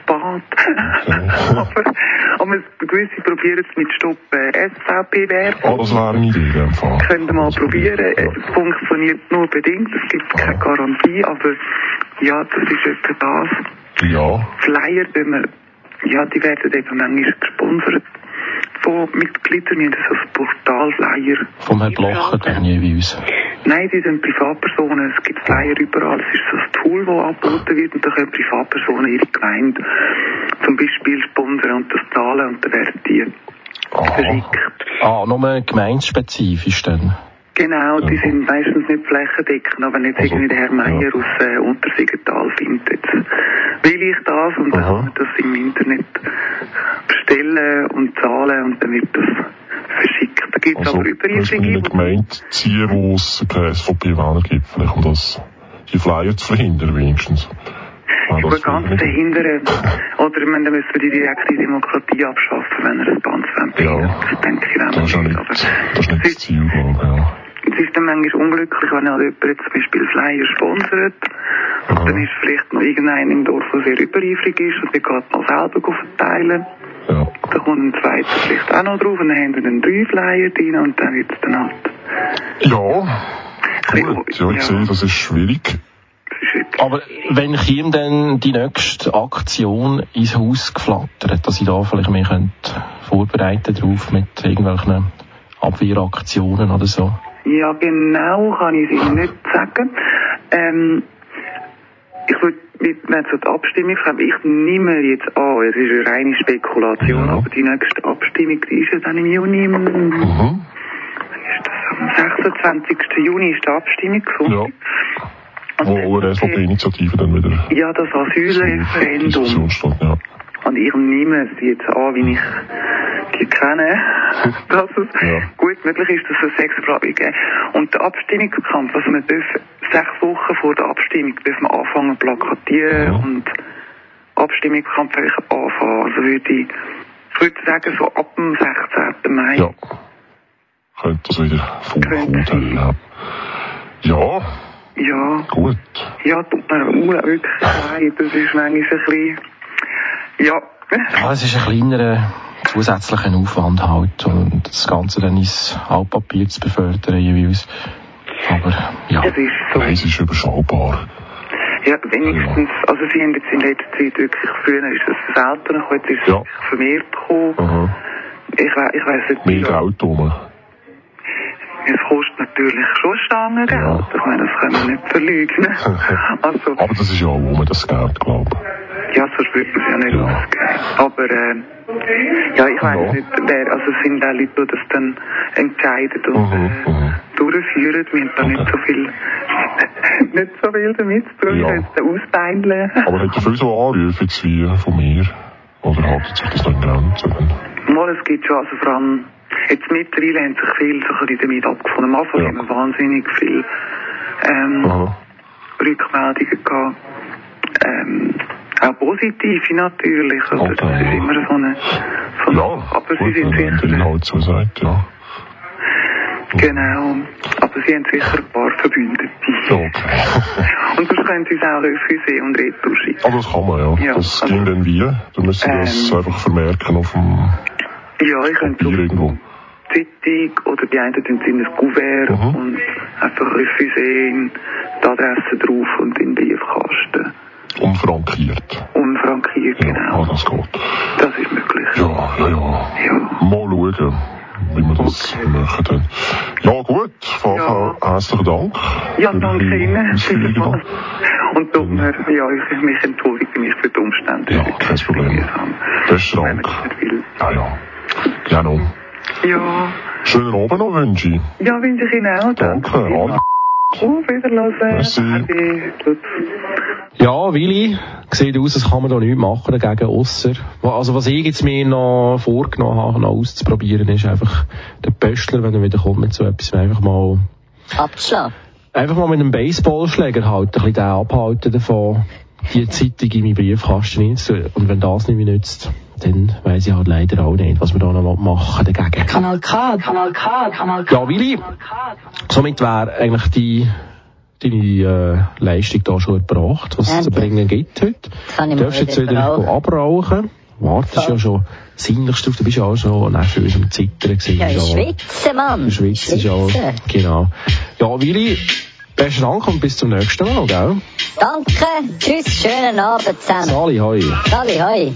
spät. aber gewisse probieren es mit Stopp SVP-Werbung. Oh, das wäre eine Idee in dem Fall. Könnt ihr mal probieren. Es funktioniert nur bedingt, es gibt keine Garantie, aber ja, das ist etwa das. Ja. Flyer, die werden eben manchmal gesponsert von Mitgliedern. Wir haben so ein Portal-Flyer. Vom Herrn Blocher, der jeweils. Nein, die sind Privatpersonen. Es gibt Flyer überall. Es ist so ein Tool, das angeboten wird und da können Privatpersonen ihre Gemeinde zum Beispiel sponsern und das zahlen und dann werden die verschickt. Nur gemeindespezifisch dann? Genau, die sind meistens nicht flächendeckend, aber wenn jetzt irgendwie der Herr Meier aus Untersiggenthal findet, jetzt will ich das und dann kann man das im Internet bestellen und zahlen und dann wird das verschickt. Da gibt es aber Übereinschläge. Also, eine Gemeinde ziehen, wo es keine SVP-Wähler gibt, vielleicht um die Flyer zu verhindern wenigstens. Aber ganz verhindern, oder dann müssen wir die direkte Demokratie abschaffen, wenn er das ganz will. Das denke ich auch nicht. Das ist nicht das Ziel, glaube ich. Es ist dann manchmal unglücklich, wenn halt jemand zum Beispiel Flyer sponsert. Und dann ist vielleicht noch irgendein im Dorf, der sehr übereifrig ist und der geht mal selber verteilen. Ja. Da kommt ein zweiter vielleicht auch noch drauf und dann haben wir dann 3 Flyer drin und dann wird es dann halt... Ja, gut. Ja, ich sehe, das ist schwierig. Aber wenn ihm dann die nächste Aktion ins Haus geflattert, dass ich da vielleicht mehr vorbereiten drauf mit irgendwelchen Abwehraktionen oder so? Ja, genau kann ich es Ihnen nicht sagen. Ich würde, wenn es so die Abstimmung kommt, ich nehme jetzt an, es ist eine reine Spekulation, aber die nächste Abstimmung, die ist ja dann im Juni. Wann ist das? Am 26. Juni ist die Abstimmung gefunden. Ja. Wo eine SVP-Initiative dann wieder... Ja, das Asylreferendum. Ja. Und ich nehme es jetzt an, wie ich die kenne, dass es gut möglich ist, dass es 6 Fragen gibt. Und der Abstimmungskampf, also wir dürfen 6 Wochen vor der Abstimmung dürfen wir anfangen plakatieren und Abstimmungskampf anfangen. Also ich würde sagen, so ab dem 16. Mai. Ja. Könnte das wieder vorkommen. Ja. Ja. Gut. Ja, tut mir wirklich leid. Das ist manchmal ein bisschen... Ja, es ist ein kleinerer zusätzlicher Aufwand halt, und das Ganze dann ins Altpapier zu befördern jeweils. Aber ja, es ist so. Nein, es ist überschaubar. Ja, wenigstens, also sie haben jetzt in letzter Zeit wirklich, früher ist es seltener gekommen, jetzt ist es vermehrt gekommen. Ich weiss nicht... Mehr Geld rum. Es kostet natürlich schon Stangengeld. Ja. Ich meine, das können wir nicht verleugnen. Also, aber das ist ja auch rum, das Geld, glaube ich. Ja, sonst würde man es ja nicht ausgeben. Aber, ich weiss nicht, also es sind auch Leute, die das dann entscheiden und durchführen. Wir haben da nicht so viel damit zu tun, jetzt ausbeineln. Aber hat er viel so Anrufe jetzt wie von mir? Oder haltet sich das dann Grenzen? Mal, es gibt schon, also vor allem, jetzt mittlerweile haben sich viele so ein bisschen damit abgefunden. Am Anfang haben wir wahnsinnig viele Rückmeldungen gehabt. Auch positive natürlich. Also das ist immer so eine aber sie sind sicher... Halt so sagt, Genau. Aber sie haben sicher ein paar Verbündete. Okay. Und sonst können sie es auch Refusé und Retour schicken. Aber das kann man, ja. Das ging dann wie? Du müsst das einfach vermerken auf dem ich könnte es auf Zeitung oder die einen tun es in ein Kuvert und einfach Refusé, die Adresse drauf und in den Briefkasten. Unfrankiert. Unfrankiert, genau. Das geht. Das ist möglich. Ja. Mal schauen, wie wir das machen. Ja, gut. Herzlichen Dank. Ja, danke Ihnen. Und tut mir, ich mich entschuldige mich für die Umstände. Ja, kein Problem. Besten Dank. Ja. Genau. Ja. Schönen Abend noch, wünsche ich. Ja, wünsche ich Ihnen auch. Danke. Auf Wiedersehen. Ja, Willi, sieht aus, als kann man da nichts machen dagegen, ausser, also was ich jetzt mir noch vorgenommen habe, noch auszuprobieren, ist einfach den Pöstler, wenn er wieder kommt mit so etwas, einfach mal abzuschlagen. Einfach mal mit einem Baseballschläger halt, ein bisschen den abhalten davon, die Zeitung in meinen Briefkasten reinzutun. Und wenn das nicht mehr nützt, dann weiss ich halt leider auch nicht, was wir da noch machen dagegen. Kanal K. Ja, Willi, somit wäre eigentlich deine Leistung da schon erbracht, was es zu bringen gibt heute. Kann ich du darfst jetzt wieder abrauchen. Wartest ja schon sinnlich drauf, du bist ja auch schon nervös am Zittern gewesen. Ja, schwitzen, Mann. Du schwitzt auch. Genau. Ja, Willi, besten Dank und bis zum nächsten Mal, gell? Danke, tschüss, schönen Abend zusammen. Sali, hoi. Sali, hoi.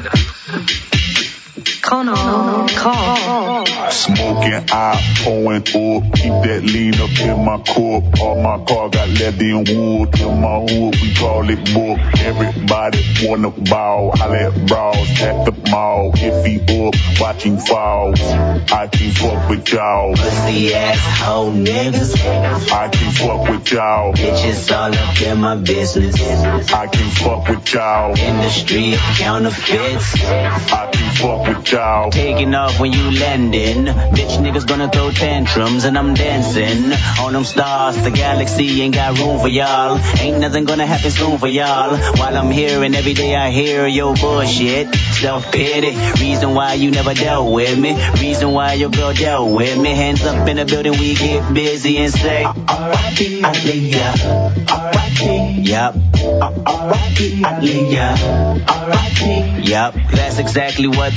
Kanal K. Smoking, I pouring up, keep that lean up in my cup. All my car got leather and wood. In my hood, we call it book. Everybody wanna ball. I let brawls at the mall. If he up, watch him fall. I can't fuck with y'all. Pussy ass hoe niggas. I can't fuck with y'all. Bitches all up in my business. I can't fuck with y'all. In the street, counterfeits. I can't fuck with y'all. Taking off when you landing. Bitch niggas gonna throw tantrums and I'm dancing on them stars. The galaxy ain't got room for y'all. Ain't nothing gonna happen soon for y'all. While I'm here and every day I hear your bullshit. Self-pity. Reason why you never dealt with me. Reason why your girl dealt with me. Hands up in the building, we get busy and say R.I.P. Aaliyah. R.I.P. Yup. R.I.P. Aaliyah. R.I.P. Yup. That's exactly what this sound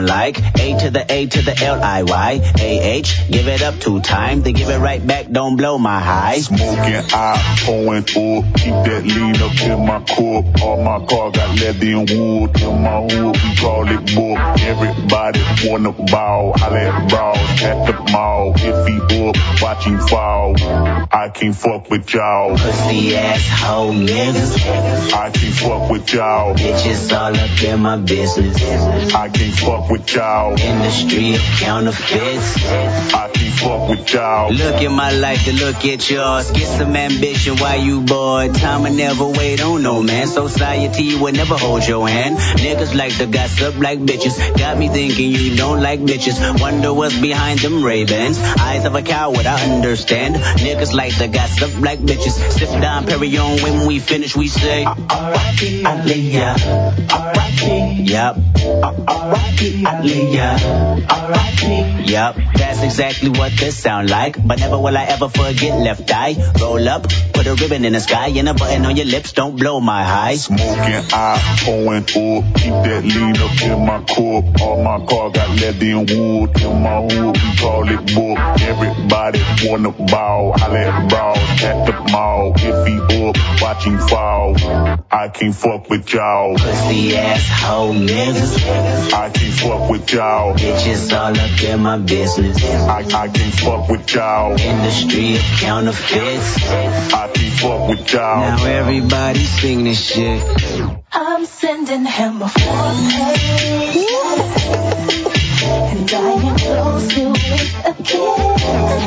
sound like. A to the L-I-Y, A-H, give it up 2 times, they give it right back, don't blow my high. Smoking out, pouring up, keep that lean up in my cup. All my car got leather and wood, in my hood we call it book. Everybody wanna ball, I let brawls at the mall. If he up, watch him fall. I can't fuck with y'all. Pussy asshole niggas. I can't fuck with y'all. Bitches all up in my business. I can't fuck with y'all. Industry of counterfeits. I can't fuck with y'all. Look at my life to look at yours. Get some ambition while you bored. Time will never wait on no man. Society will never hold your hand. Niggas like to gossip like bitches. Got me thinking you don't like bitches. Wonder what's behind them Ray-Bans. Eyes of a coward, I understand. Niggas like to gossip like bitches. Sip down Perignon when we finish, we say R.I.P. Aaliyah. R.I.P. Yup. R.I.P. Aaliyah. R.I.P. Yup. That's exactly what this sound like. But never will I ever forget left eye. Roll up, put a ribbon in the sky and a button on your lips. Don't blow my high. Smoking out, pouring up, keep that lean up in my cup. All my car got leather and wood, in my hood we call it book. Everybody wanna ball, I let brawls at the mall. If he up, watch him fall. I can't fuck with y'all. Pussy asshole niggas. I can't fuck with y'all. Bitches all up in my business. I can't fuck with y'all. Industry of counterfeits. I can't fuck with y'all. Now everybody sing this shit. I'm sending him a foreplay, and I am close to it again.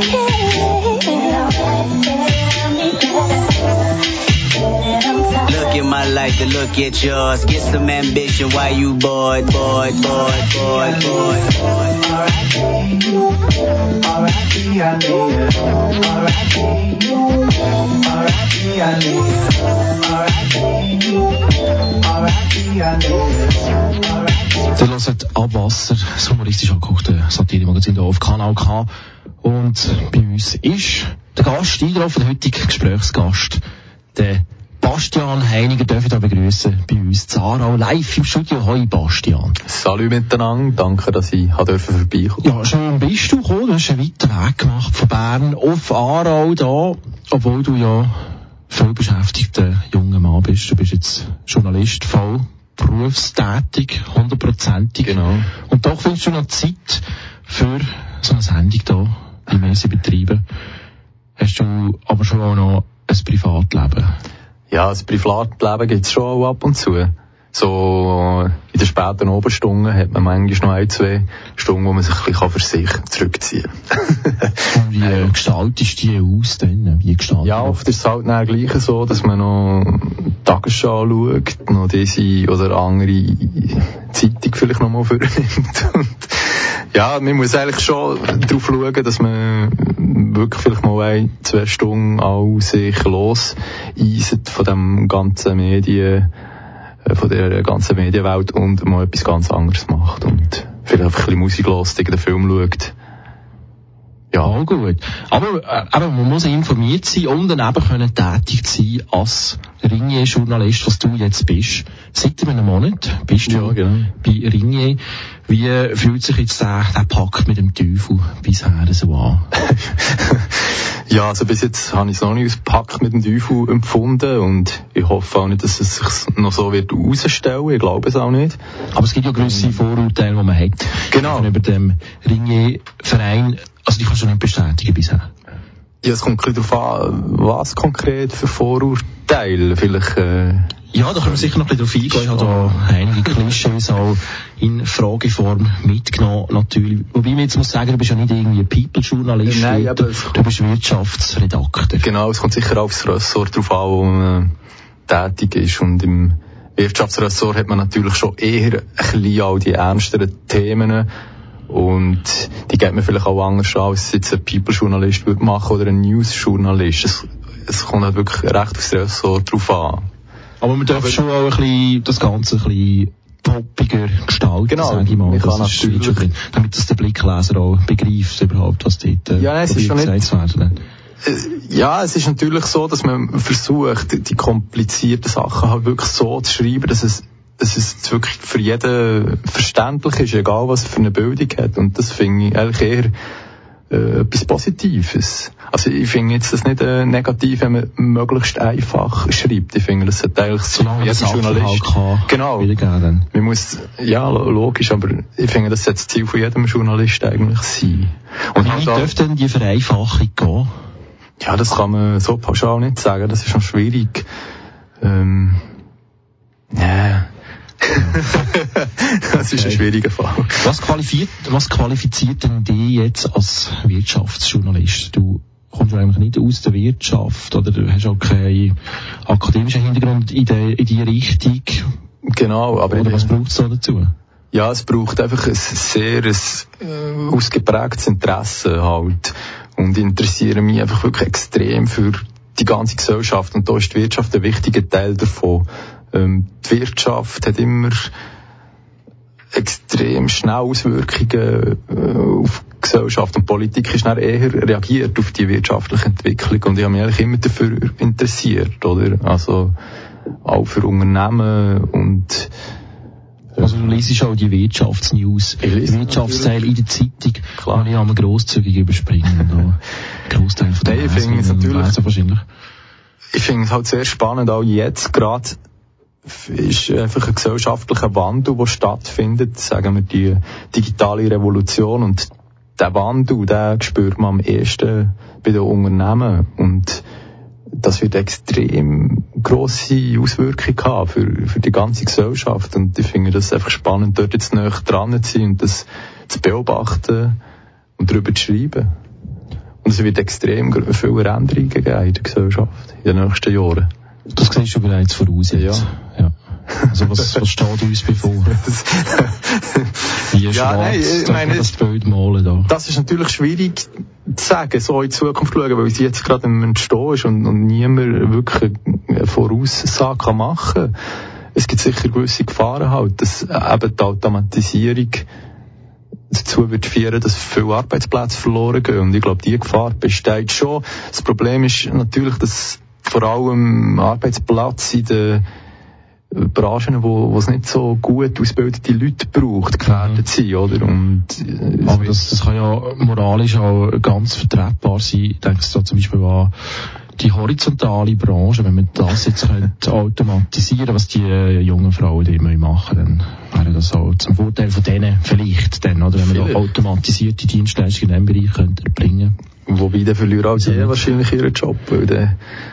Look at my life to look at yours. Get some ambition while you bored. R.I.P. Aaliyah. Ihr hört Abwasser, das humoristisch angeguckte Satire-Magazin hier auf Kanal K. Und bei uns ist der Gast, der heutige Gesprächsgast, der Bastian Heiniger. Darf ich da begrüßen bei uns in Aarau, live im Studio. Hoi Bastian. Salut miteinander, danke, dass ich vorbeikommen. Ja, schön bist du gekommen. Du hast einen weiten Weg gemacht von Bern auf Aarau da, obwohl du ja voll beschäftigter junger Mann bist. Du bist jetzt Journalist, voll berufstätig, 100%. Genau. Und doch findest du noch Zeit für so eine Sendung da, wie wir sie betreiben. Hast du aber schon auch noch ein Privatleben? Ja, das Privatleben gibt's schon auch ab und zu. So in den späten Oberstunden hat man manchmal noch 1-2 Stunden, wo man sich ein bisschen für sich zurückziehen kann. Wie gestaltest du die aus denn? Ja, oft ist es halt dann gleich so, dass man noch Tagesschau schaut, noch diese oder andere Zeitung vielleicht noch mal vornimmt. Und ja, man muss eigentlich schon darauf schauen, dass man wirklich vielleicht mal 1-2 Stunden auch sich loseist von dem ganzen von der ganzen Medienwelt und mal etwas ganz anderes macht und vielleicht einfach ein bisschen Musik hört, den Film schaut. Ja, auch gut. Aber man muss informiert sein und dann eben können tätig sein als Ringier-Journalist, was du jetzt bist. Seit einem Monat bist du bei Ringier. Wie fühlt sich jetzt der Pakt mit dem Teufel bisher so an? Ja, also bis jetzt habe ich es noch nicht als Pakt mit dem Teufel empfunden und ich hoffe auch nicht, dass es sich noch so wird herausstellen. Ich glaube es auch nicht. Aber es gibt ja gewisse Vorurteile, die man hat. Genau. Über dem Ringier-Verein. Also die kannst du nicht bestätigen bisher. Ja, es kommt ein bisschen darauf an, was konkret für Vorurteile vielleicht... Ja, da können wir sicher noch ein bisschen drauf eingehen. Ich habe da einige Klischees auch in Frageform mitgenommen, natürlich. Wobei ich jetzt muss sagen, du bist ja nicht irgendwie People-Journalist. Nein, aber du bist Wirtschaftsredakteur. Genau, es kommt sicher aufs Ressort drauf an, wo man tätig ist. Und im Wirtschaftsressort hat man natürlich schon eher ein bisschen all die ernsteren Themen. Und die geht man vielleicht auch anders an, als jetzt ein People-Journalist würde machen oder ein News-Journalist. Es kommt halt wirklich recht aufs Ressort drauf an. Aber man darf schon auch ein bisschen das Ganze ein bisschen poppiger gestalten, genau, sage ich mal. Ich das ist schon drin, damit das der Blickleser auch begreift, überhaupt, was dort es ist schon gesagt werden. Ja, es ist natürlich so, dass man versucht, die komplizierten Sachen halt wirklich so zu schreiben, dass es dass es wirklich für jeden verständlich ist, egal was er für eine Bildung hat. Und das finde ich eigentlich eher etwas Positives. Also ich finde jetzt das nicht negativ, wenn man möglichst einfach schreibt. Ich finde, das hat eigentlich so jeder Journalist. Genau. Man muss, ja, logisch, aber ich finde, das sollte das Ziel von jedem Journalist eigentlich sein. Und wie dürfte denn die Vereinfachung gehen? Ja, das kann man so pauschal nicht sagen. Das ist noch schwierig. Ja. Das ist ein schwieriger Fall. Was qualifiziert denn dich jetzt als Wirtschaftsjournalist? Du kommst ja eigentlich nicht aus der Wirtschaft oder du hast auch keinen akademischen Hintergrund in die Richtung. Genau, aber oder was braucht es da dazu? Ja, es braucht einfach ein sehr ausgeprägtes Interesse halt. Und ich interessiere mich einfach wirklich extrem für die ganze Gesellschaft. Und da ist die Wirtschaft ein wichtiger Teil davon. Die Wirtschaft hat immer extrem schnell Auswirkungen auf die Gesellschaft und Politik ist dann eher reagiert auf die wirtschaftliche Entwicklung und ich habe mich eigentlich immer dafür interessiert, oder? Also auch für Unternehmen und also du liest auch die Wirtschaftsnews, die Wirtschaftsteile in der Zeitung, kann ich einmal grosszügig überspringen. Großteil von den wahrscheinlich. Ich finde es halt sehr spannend, auch jetzt gerade ist einfach ein gesellschaftlicher Wandel, der stattfindet, sagen wir die digitale Revolution und der Wandel, den spürt man am ehesten bei den Unternehmen und das wird extrem grosse Auswirkungen haben für die ganze Gesellschaft und ich finde das einfach spannend, dort jetzt näher dran zu sein und das zu beobachten und darüber zu schreiben. Und es wird extrem viele Änderungen geben in der Gesellschaft in den nächsten Jahren. Das siehst du bereits voraus jetzt. Ja. Also was steht uns bevor? Wie ich meine, das Bild malen da? Das ist natürlich schwierig zu sagen, so in die Zukunft schauen, weil sie jetzt gerade im Entstehen ist und niemand wirklich eine Voraussage machen kann. Es gibt sicher gewisse Gefahren halt, dass eben die Automatisierung dazu wird führen, dass viele Arbeitsplätze verloren gehen. Und ich glaube, die Gefahr besteht schon. Das Problem ist natürlich, dass vor allem Arbeitsplatz in den Branchen, wo es nicht so gut ausgebildete Leute braucht, gefährdet sind, oder? Und, aber das kann ja moralisch auch ganz vertretbar sein. Ich denke da zum Beispiel an die horizontale Branche, wenn man das jetzt automatisieren, was die jungen Frauen die machen, dann wäre das auch zum Vorteil von denen vielleicht dann, oder? Wenn man da automatisierte Dienstleistungen in diesem Bereich könnte erbringen. Wobei, dann verlieren auch die wahrscheinlich ihren Job, weil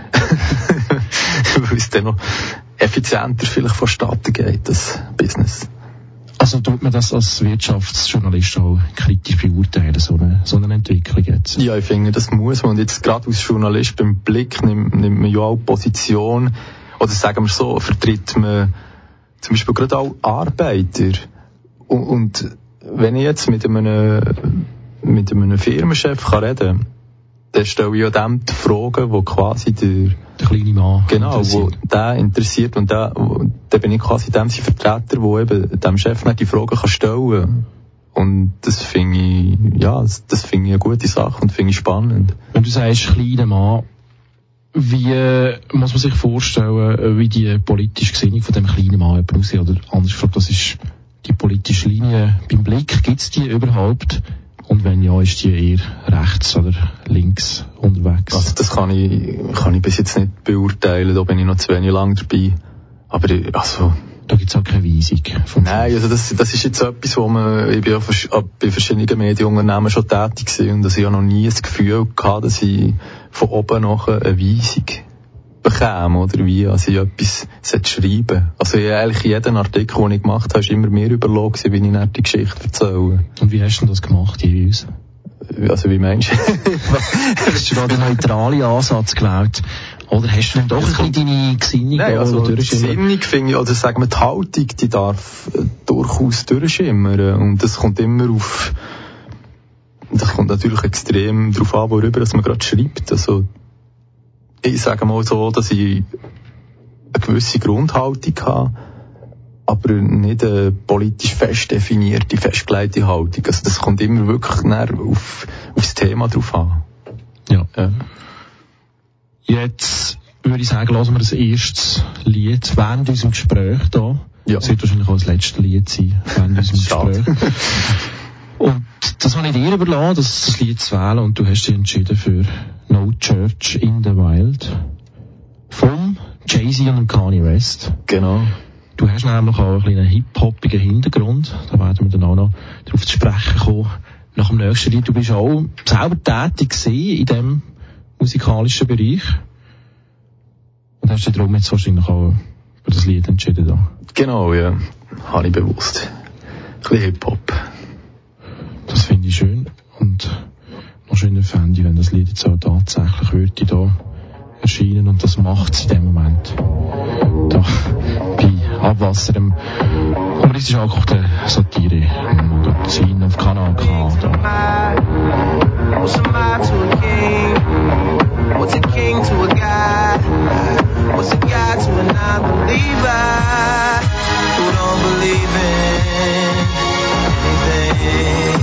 es dann noch effizienter vielleicht vonstatten geht, das Business. Also tut man das als Wirtschaftsjournalist auch kritisch beurteilen, so eine Entwicklung jetzt? Ja, ich finde, das muss man. Und jetzt gerade als Journalist beim Blick nimmt man ja auch Position, oder sagen wir so, vertritt man zum Beispiel gerade auch Arbeiter. Und wenn ich jetzt mit einem Firmenchef reden kann, dann stelle ich ja dem die Fragen, die quasi der kleine Mann wo der interessiert und da bin ich quasi dem sein Vertreter, der eben dem Chef nicht die Fragen kann stellen. Und das finde ich, das finde ich eine gute Sache und finde ich spannend. Wenn du sagst, kleiner Mann, wie muss man sich vorstellen, wie die politische Gesinnung von dem kleinen Mann aussieht? Oder anders gefragt, was ist die politische Linie beim Blick? Gibt es die überhaupt? Und wenn ja, ist die eher rechts oder links unterwegs? Also das kann ich bis jetzt nicht beurteilen, da bin ich noch zu wenig lang dabei. Aber da gibt es auch keine Weisung. Nein, also das ist jetzt etwas, wo ich bin ja bei verschiedenen Medienunternehmen schon tätig war und dass ich ja noch nie das Gefühl hatte, dass ich von oben nachher eine Weisung bekäme, oder wie, also ich etwas schreiben. Also eigentlich jeden Artikel, den ich gemacht habe, ist immer mehr überlegen, wie ich dann die Geschichte erzähle. Und wie hast du das gemacht, jeweils? Also wie meinst du? Hast du da den neutralen Ansatz gewählt? Oder hast du dann doch ein bisschen deine Gesinnung? Nein, also die Gesinnung finde ich, oder sagen wir die Haltung, die darf durchaus durchschimmern. Und das kommt natürlich extrem darauf an, worüber man gerade schreibt. Also ich sage mal so, dass ich eine gewisse Grundhaltung habe, aber nicht eine politisch fest definierte, festgelegte Haltung. Also das kommt immer wirklich aufs Thema drauf an. Ja. Jetzt würde ich sagen, lassen wir das erste Lied während unserem Gespräch da. Ja. Das wird wahrscheinlich auch das letzte Lied sein, während unserem Gespräch. Und das habe ich dir überlassen, das Lied zu wählen, und du hast dich entschieden für No Church in the Wild von Jay-Z und Kanye West. Genau. Du hast nämlich auch einen kleinen hip-hoppigen Hintergrund, da werden wir dann auch noch darauf zu sprechen kommen, nach dem nächsten Lied. Du bist auch selber tätig gewesen in diesem musikalischen Bereich und hast dich darum jetzt wahrscheinlich auch für das Lied entschieden. Da. Genau, ja. Habe ich bewusst. Ein bisschen Hip-Hop. Das finde ich schön, und noch schöner fände ich, wenn das Lied jetzt auch tatsächlich würde da erscheinen, und das macht es in dem Moment. Da bei Abwasser, dem humoristisch angekochten Satire-Magazin auf Kanal K. What's a mob to a king? What's a king to a god? What's a god to a non-believer who don't believe in anything?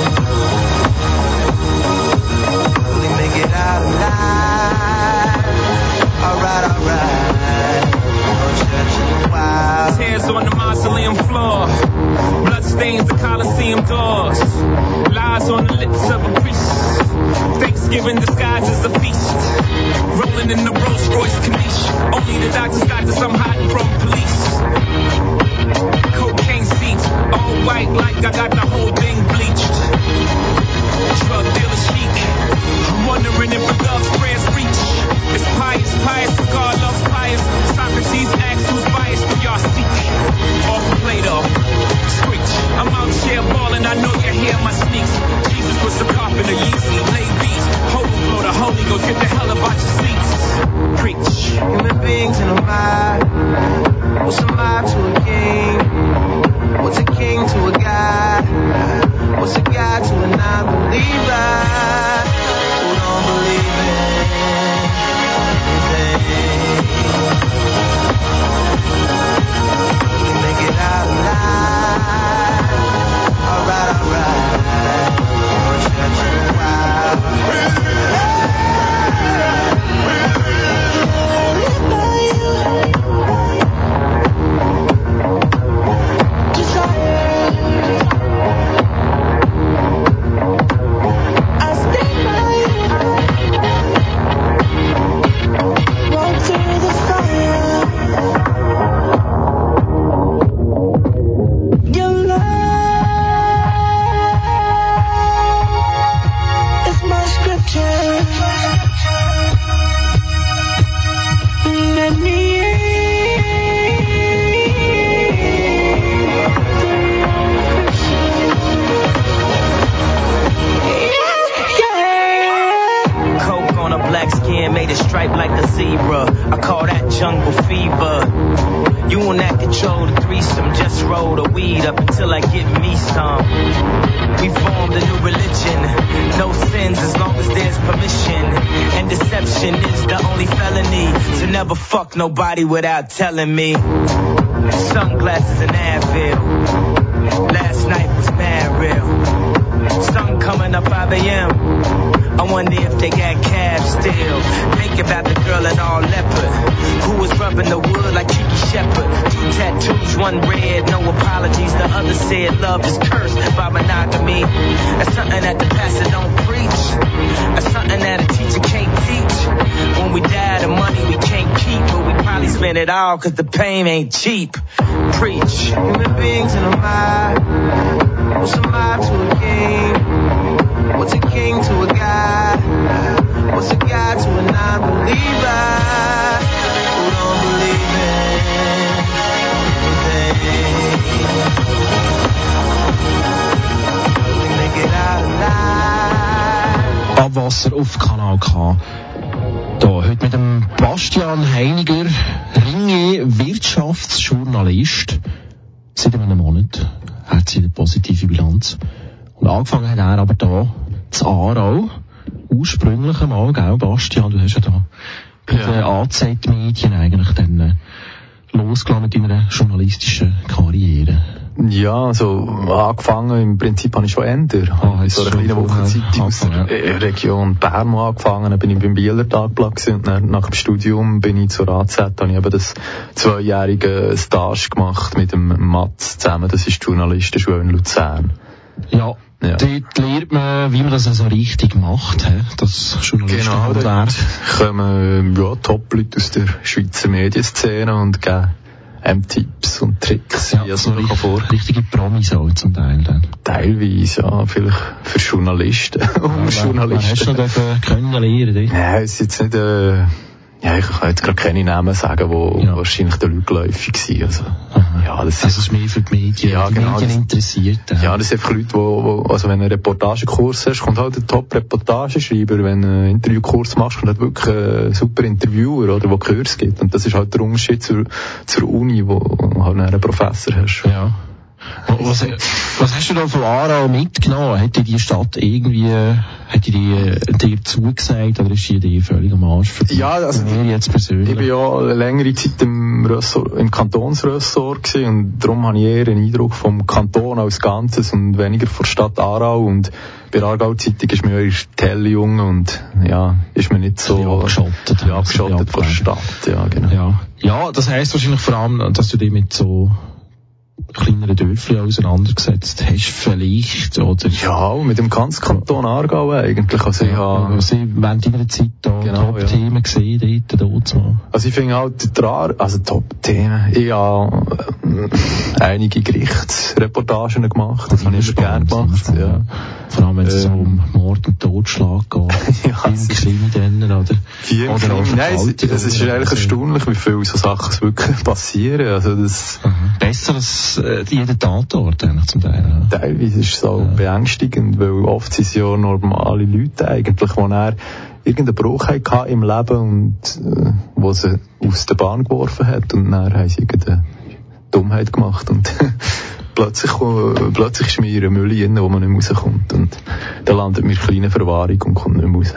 Will he make it out alive? Alright, alright. No church in the wild. Tears on the mausoleum floor, blood stains the Colosseum doors, lies on the lips of a priest, Thanksgiving disguised as a feast, rolling in the Rolls Royce Corniche, only the doctors got this, I'm hiding from police, cocaine seats, all white like I got the whole thing bleached, drug dealer chic, I'm wondering if a thug's prayers reach, it's pious, God loves pious, Socrates asks who's biased, do y'all seek? Off Plato, screech. I'm out here balling, I know you hear my sneaks. Jesus was the carpenter, Yeezy, lay beats. Holy blow the Holy Ghost, get the hell about your seats. Preach. Human beings in a mob. What's a mob to a king? What's a king to a god? What's a god to a non-believer who don't believe in anything? Make it out alive. Alright, alright. No church in the wild. Fuck nobody without telling me. Sunglasses and Advil. Last night was mad real. Sun coming up 5 a.m. I wonder if they got cabs still. Think about the girl in all leopard who was rubbing the wood like Kiki Shepard. 2 tattoos, 1 red, no apologies. The other said love is cursed by monogamy. That's something that the pastor don't preach. That's something that a teacher can't teach. When we die, the money we can't keep, but we probably spend it all cause the pain ain't cheap. Preach. Human beings in a mob. What's a mob to a king? What's a king to a god? What's a god to a non-believer who don't believe in anything? Make it out alive. Abwasser auf Kanal K. Da, heute mit dem Bastian Heiniger, Ringier, Wirtschaftsjournalist. Seit einem Monat hat sie eine positive Bilanz. Und angefangen hat er aber da zu Aarau. Ursprünglich einmal, gell, Bastian? Du hast ja da bei den AZ-Medien eigentlich dann losgelassen mit deiner journalistischen Karriere. Ja, also angefangen, im Prinzip habe ich schon Ender. So eine kleine Wochenzeitung aus der Region Bermo angefangen, dann bin ich beim Bieler Tagblatt gewesen, und dann nach dem Studium bin ich zur AZ, habe ich eben das 2-jährige Stage gemacht mit dem Mats zusammen, das ist die Journalistenschule in Luzern. Ja. Dort lernt man, wie man das also richtig macht, das Journalistenhandwerk. Genau, dort kommen Top-Leute aus der Schweizer Medienszene und geben Tipps und Tricks, wie es noch vor. Richtige Promis auch zum Teil dann. Teilweise, ja, vielleicht für Journalisten. Journalisten. Hast du noch können lernen? Nein, es ist jetzt nicht, ich kann jetzt gerade keine Namen sagen, die wahrscheinlich den Leuten geläufig sind. Also, das ist mehr für die Medien, Medien interessiert. Ja, das sind einfach Leute, die also wenn du einen Reportagekurs hast, kommt halt ein Top-Reportageschreiber. Wenn du einen Interviewkurs machst, kommt halt wirklich ein super Interviewer, oder, der Kurs gibt. Und das ist halt der Unterschied zur Uni, wo du halt einen Professor hast. Ja. Was hast du da von Aarau mitgenommen? Hat die Stadt irgendwie, dir zugesagt, oder ist die Idee völlig am Arsch für dich? Ja, also jetzt persönlich? Ich bin ja längere Zeit im Kantonsressort gewesen, und darum habe ich eher einen Eindruck vom Kanton als Ganzes und weniger von der Stadt Aarau. Und bei der Aargau-Zeitung ist mir eher Tell-Junge und ist mir nicht so abgeschottet von der Stadt. Ja, genau. Ja, das heisst wahrscheinlich vor allem, dass du dich mit so kleineren Dörfchen auseinandergesetzt hast, vielleicht, oder? Ja, mit dem ganzen Kanton Aargau eigentlich. Also ich habe während deiner Zeit da Top-Themen gesehen, dort mal. Also ich finde halt Top-Themen. Ich habe einige Gerichtsreportagen gemacht, das habe ich immer gerne gemacht. Ja. Vor allem, wenn es so um Mord und Totschlag geht. Krimi oder? Nein, es ist eigentlich erstaunlich, wie viele so Sachen wirklich passieren. Also das besser als jeder Tatort eigentlich zum Teil. Teilweise ist es auch beängstigend, weil oft sind es ja normale Leute eigentlich, die irgendeinen Bruch hatten im Leben und wo sie aus der Bahn geworfen hat, und dann haben sie irgendeine Dummheit gemacht und plötzlich ist mir eine Mülle rein, wo man nicht rauskommt, und dann landet mir kleine Verwahrung und kommt nicht mehr raus.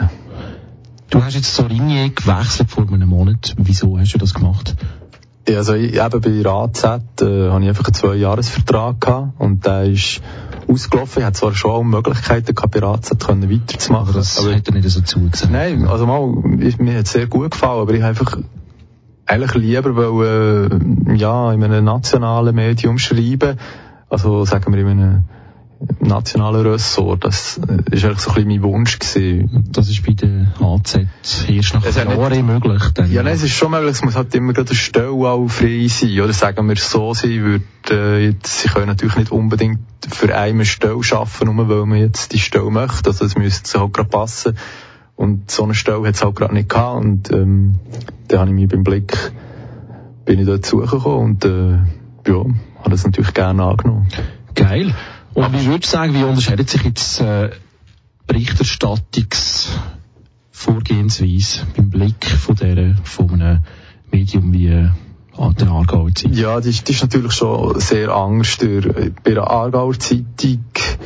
Du hast jetzt so Ringier gewechselt vor einem Monat. Wieso hast du das gemacht? Ja, also eben bei der AZ habe ich einfach einen 2-Jahres-Vertrag gehabt, und der ist ausgelaufen. Ich hatte zwar schon auch Möglichkeiten gehabt, bei der AZ weiterzumachen. Aber das hat er nicht so zugesagt? Nein, also mir hat es sehr gut gefallen, aber ich einfach eigentlich lieber in einem nationalen Medium schreiben, also sagen wir in einem nationalen Ressort. Das ist eigentlich so ein bisschen mein Wunsch gewesen. Das ist bei der AZ erst nach Jahren möglich? Dann ja, nein, es ist schon möglich. Es muss halt immer gerade eine Stelle auch frei sein. Oder sagen wir es so, sie können natürlich nicht unbedingt für eine Stelle arbeiten, nur weil man jetzt die Stelle möchte. Also es müsste halt gerade passen. Und so eine Stelle hat es halt gerade nicht gehabt. Und dann habe ich mich bin ich dort zugekommen und habe das natürlich gerne angenommen. Geil. Und wie würdest du sagen, wie unterscheidet sich jetzt Berichterstattungsvorgehensweise beim Blick von einem Medium wie der Aargauer Zeitung? Ja, die ist natürlich schon sehr anders. Bei der Aargauer Zeitung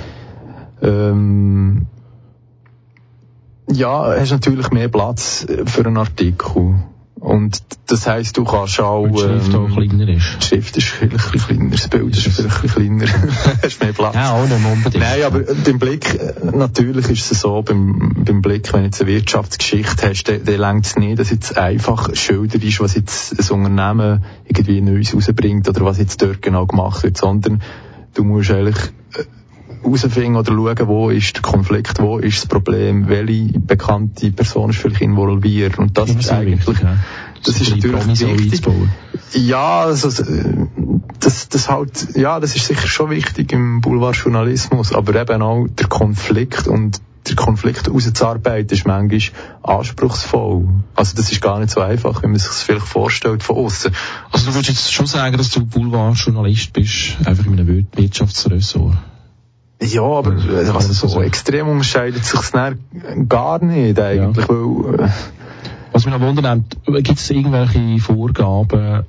hast du natürlich mehr Platz für einen Artikel. Und das heisst, du kannst auch... die Schrift auch kleiner ist. Die Schrift ist vielleicht ein bisschen kleiner, das Bild ist vielleicht ein bisschen kleiner. Hast mehr Platz. Ja, auch nicht unbedingt. Nein, aber beim Blick, natürlich ist es so, beim Blick, wenn du jetzt eine Wirtschaftsgeschichte hast, dann reicht es nicht, dass jetzt einfach schilderst ist, was jetzt ein Unternehmen irgendwie Neues rausbringt oder was jetzt dort genau gemacht wird, sondern du musst eigentlich herausfinden oder schauen, wo ist der Konflikt, wo ist das Problem, welche bekannte Person ist vielleicht involviert, und das ist eigentlich wichtig, das ist natürlich wichtig. Ja, also das ist sicher schon wichtig im Boulevardjournalismus, aber eben auch der Konflikt rauszuarbeiten ist manchmal anspruchsvoll. Also das ist gar nicht so einfach, wie man sich das vielleicht vorstellt von außen. Also du würdest jetzt schon sagen, dass du Boulevardjournalist bist, einfach in einem Wirtschaftsressort? Ja, aber so extrem unterscheidet sich es gar nicht eigentlich, weil... Was mich noch wundert, gibt es irgendwelche Vorgaben,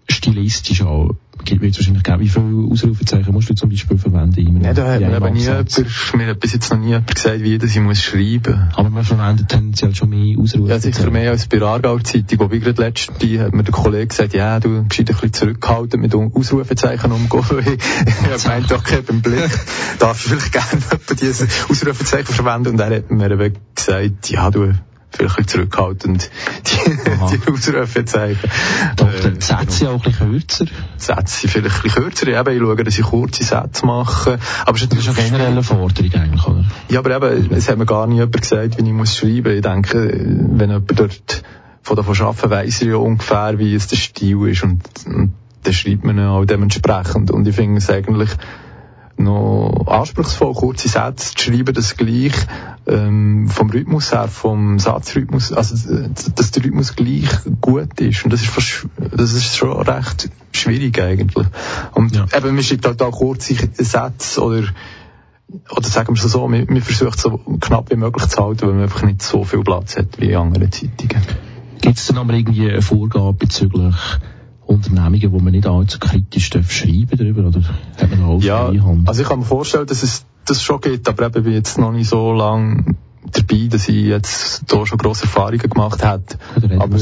stilistisch auch, wird es wahrscheinlich geben. Wie viele Ausrufezeichen musst du zum Beispiel verwenden? Nein, da hat mir hat bis jetzt noch nie jemand gesagt, wie das ich muss schreiben. Aber man verwendet tendenziell schon mehr Ausrufezeichen. Ja, sicher mehr als bei der Aargauer Zeitung, wo wir gerade letztens hat mir der Kollege gesagt, ja, du gescheit ein bisschen zurückhalten mit Ausrufezeichen umgehen. Ich meinte doch, okay, beim Blick darf ich vielleicht gerne diese Ausrufezeichen verwenden, und er hat mir gesagt, ja, du vielleicht ein bisschen zurückhaltend, die Ausrufezeichen. Doch, die Sätze sind auch ein bisschen kürzer. Sätze sind vielleicht ein bisschen kürzer, eben, ich schaue, dass ich kurze Sätze mache. Aber das ist eine generelle Forderung eigentlich, oder? Ja, aber eben, es hat mir gar nie jemand gesagt, wie ich muss schreiben. Ich denke, wenn jemand dort davon arbeiten, weiss er ja ungefähr, wie es der Stil ist, und dann schreibt man ihn auch dementsprechend. Und ich finde es eigentlich noch anspruchsvoll, kurze Sätze zu schreiben, das gleich vom Rhythmus her, vom Satzrhythmus, also dass der Rhythmus gleich gut ist. Und das ist schon recht schwierig eigentlich. Und eben, man schreibt halt auch kurze Sätze, oder sagen wir es so, man versucht so knapp wie möglich zu halten, weil man einfach nicht so viel Platz hat wie in anderen Zeitungen. Gibt es denn aber irgendwie eine Vorgabe bezüglich Unternehmungen, wo man nicht allzu kritisch schreiben darüber, oder hat man da auch freie Hand? Also ich kann mir vorstellen, dass es das schon gibt, aber eben bin ich jetzt noch nicht so lange dabei, dass ich jetzt da schon grosse Erfahrungen gemacht habe. Aber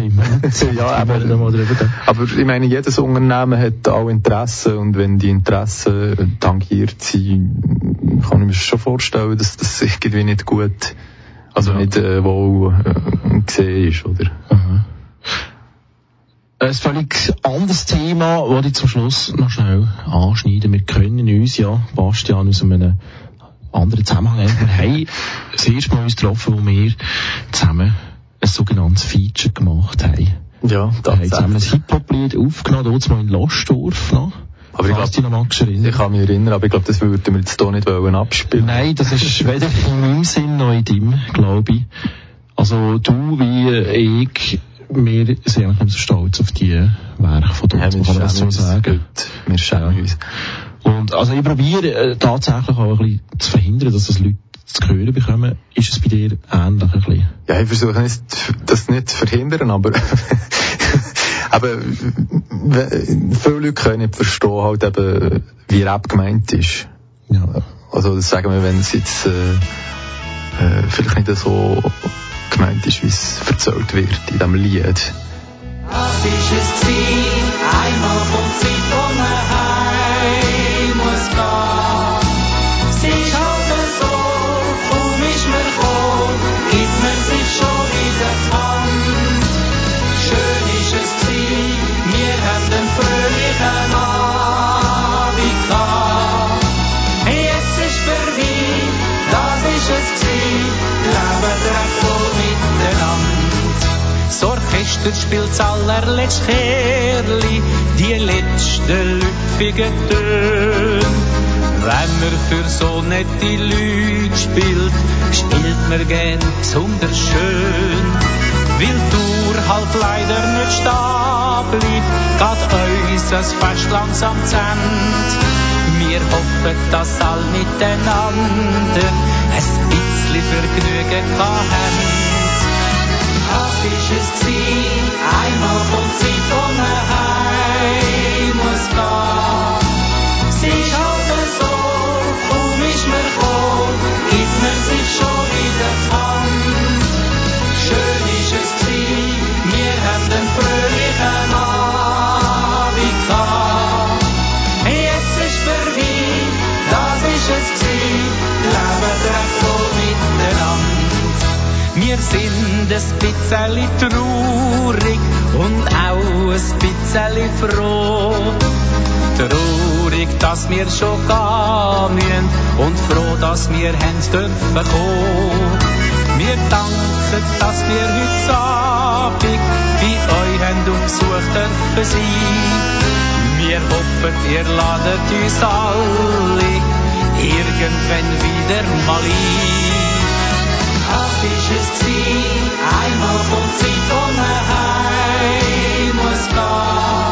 ich meine, jedes Unternehmen hat auch Interessen, und wenn die Interessen tangiert sind, kann ich mir schon vorstellen, dass das irgendwie nicht gut, also nicht wohl gesehen ist, oder? Aha. Ein völlig anderes Thema, das ich zum Schluss noch schnell anschneiden. Wir können uns ja, Bastian, aus einem anderen Zusammenhang, wir haben das erste Mal uns getroffen, wo wir zusammen ein sogenanntes Feature gemacht haben. Ja, wir haben zusammen ein Hip-Hop-Lied aufgenommen, dort mal in Lostdorf noch. Aber ich kann mich erinnern, aber ich glaube, das würden wir jetzt hier nicht abspielen. Nein, das ist weder in meinem Sinn noch in deinem, glaube ich. Also du wie ich, wir sind eigentlich nicht so stolz auf die Werke von dort, kann man das so sagen. Wir schämen uns. Und also ich probiere tatsächlich auch ein bisschen zu verhindern, dass das Leute zu hören bekommen. Ist es bei dir ähnlich ein bisschen? Ja, ich versuche das nicht zu verhindern, aber aber viele Leute können nicht verstehen, halt eben, wie Rap gemeint ist. Ja. Also das sagen wir, wenn es jetzt vielleicht nicht so gemeint ist, wie es erzählt wird in diesem Lied. Was ist es Ziel? Einmal kommt Zeit, wo man heim muss gehen. Es ist halt so, kaum ist man gekommen, gibt man sich schon wieder die Hand. Schön ist es Ziel, wir haben den fröhlichen Abend gehabt. Jetzt ist vorbei, das ist es Ziel, leben direkt das Orchester spielt das allerletzte Kehrli, die letzten lüpfigen Töne. Wenn man für so nette Leute spielt man gern besonders schön. Weil die Tour halt leider nicht stehen bleibt, geht uns das Fest langsam zu Ende. Wir hoffen, dass alle miteinander ein bisschen Vergnügen haben. Was ist es Ziel? Einmal kommt Zeit, wo man heim muss gehen. Es ist halt so, kaum ist man gekommen, gibt man sich schon wieder die Hand. Schön ist es Ziel, wir haben den fröhlichen Abend gehabt. Jetzt ist vorbei, das ist es Ziel, leben direkt so miteinander. Wir sind ein bisschen traurig und auch ein bisschen froh. Traurig, dass wir schon gehen müssen und froh, dass wir haben dürfen kommen. Wir danken, dass wir heute Abend bei euch haben auf Besuch dürfen sein. Wir hoffen, ihr ladet uns alle irgendwann wieder mal ein. Was ist es Ziel? Einmal kommt Zeit, wo man heim muss gehen.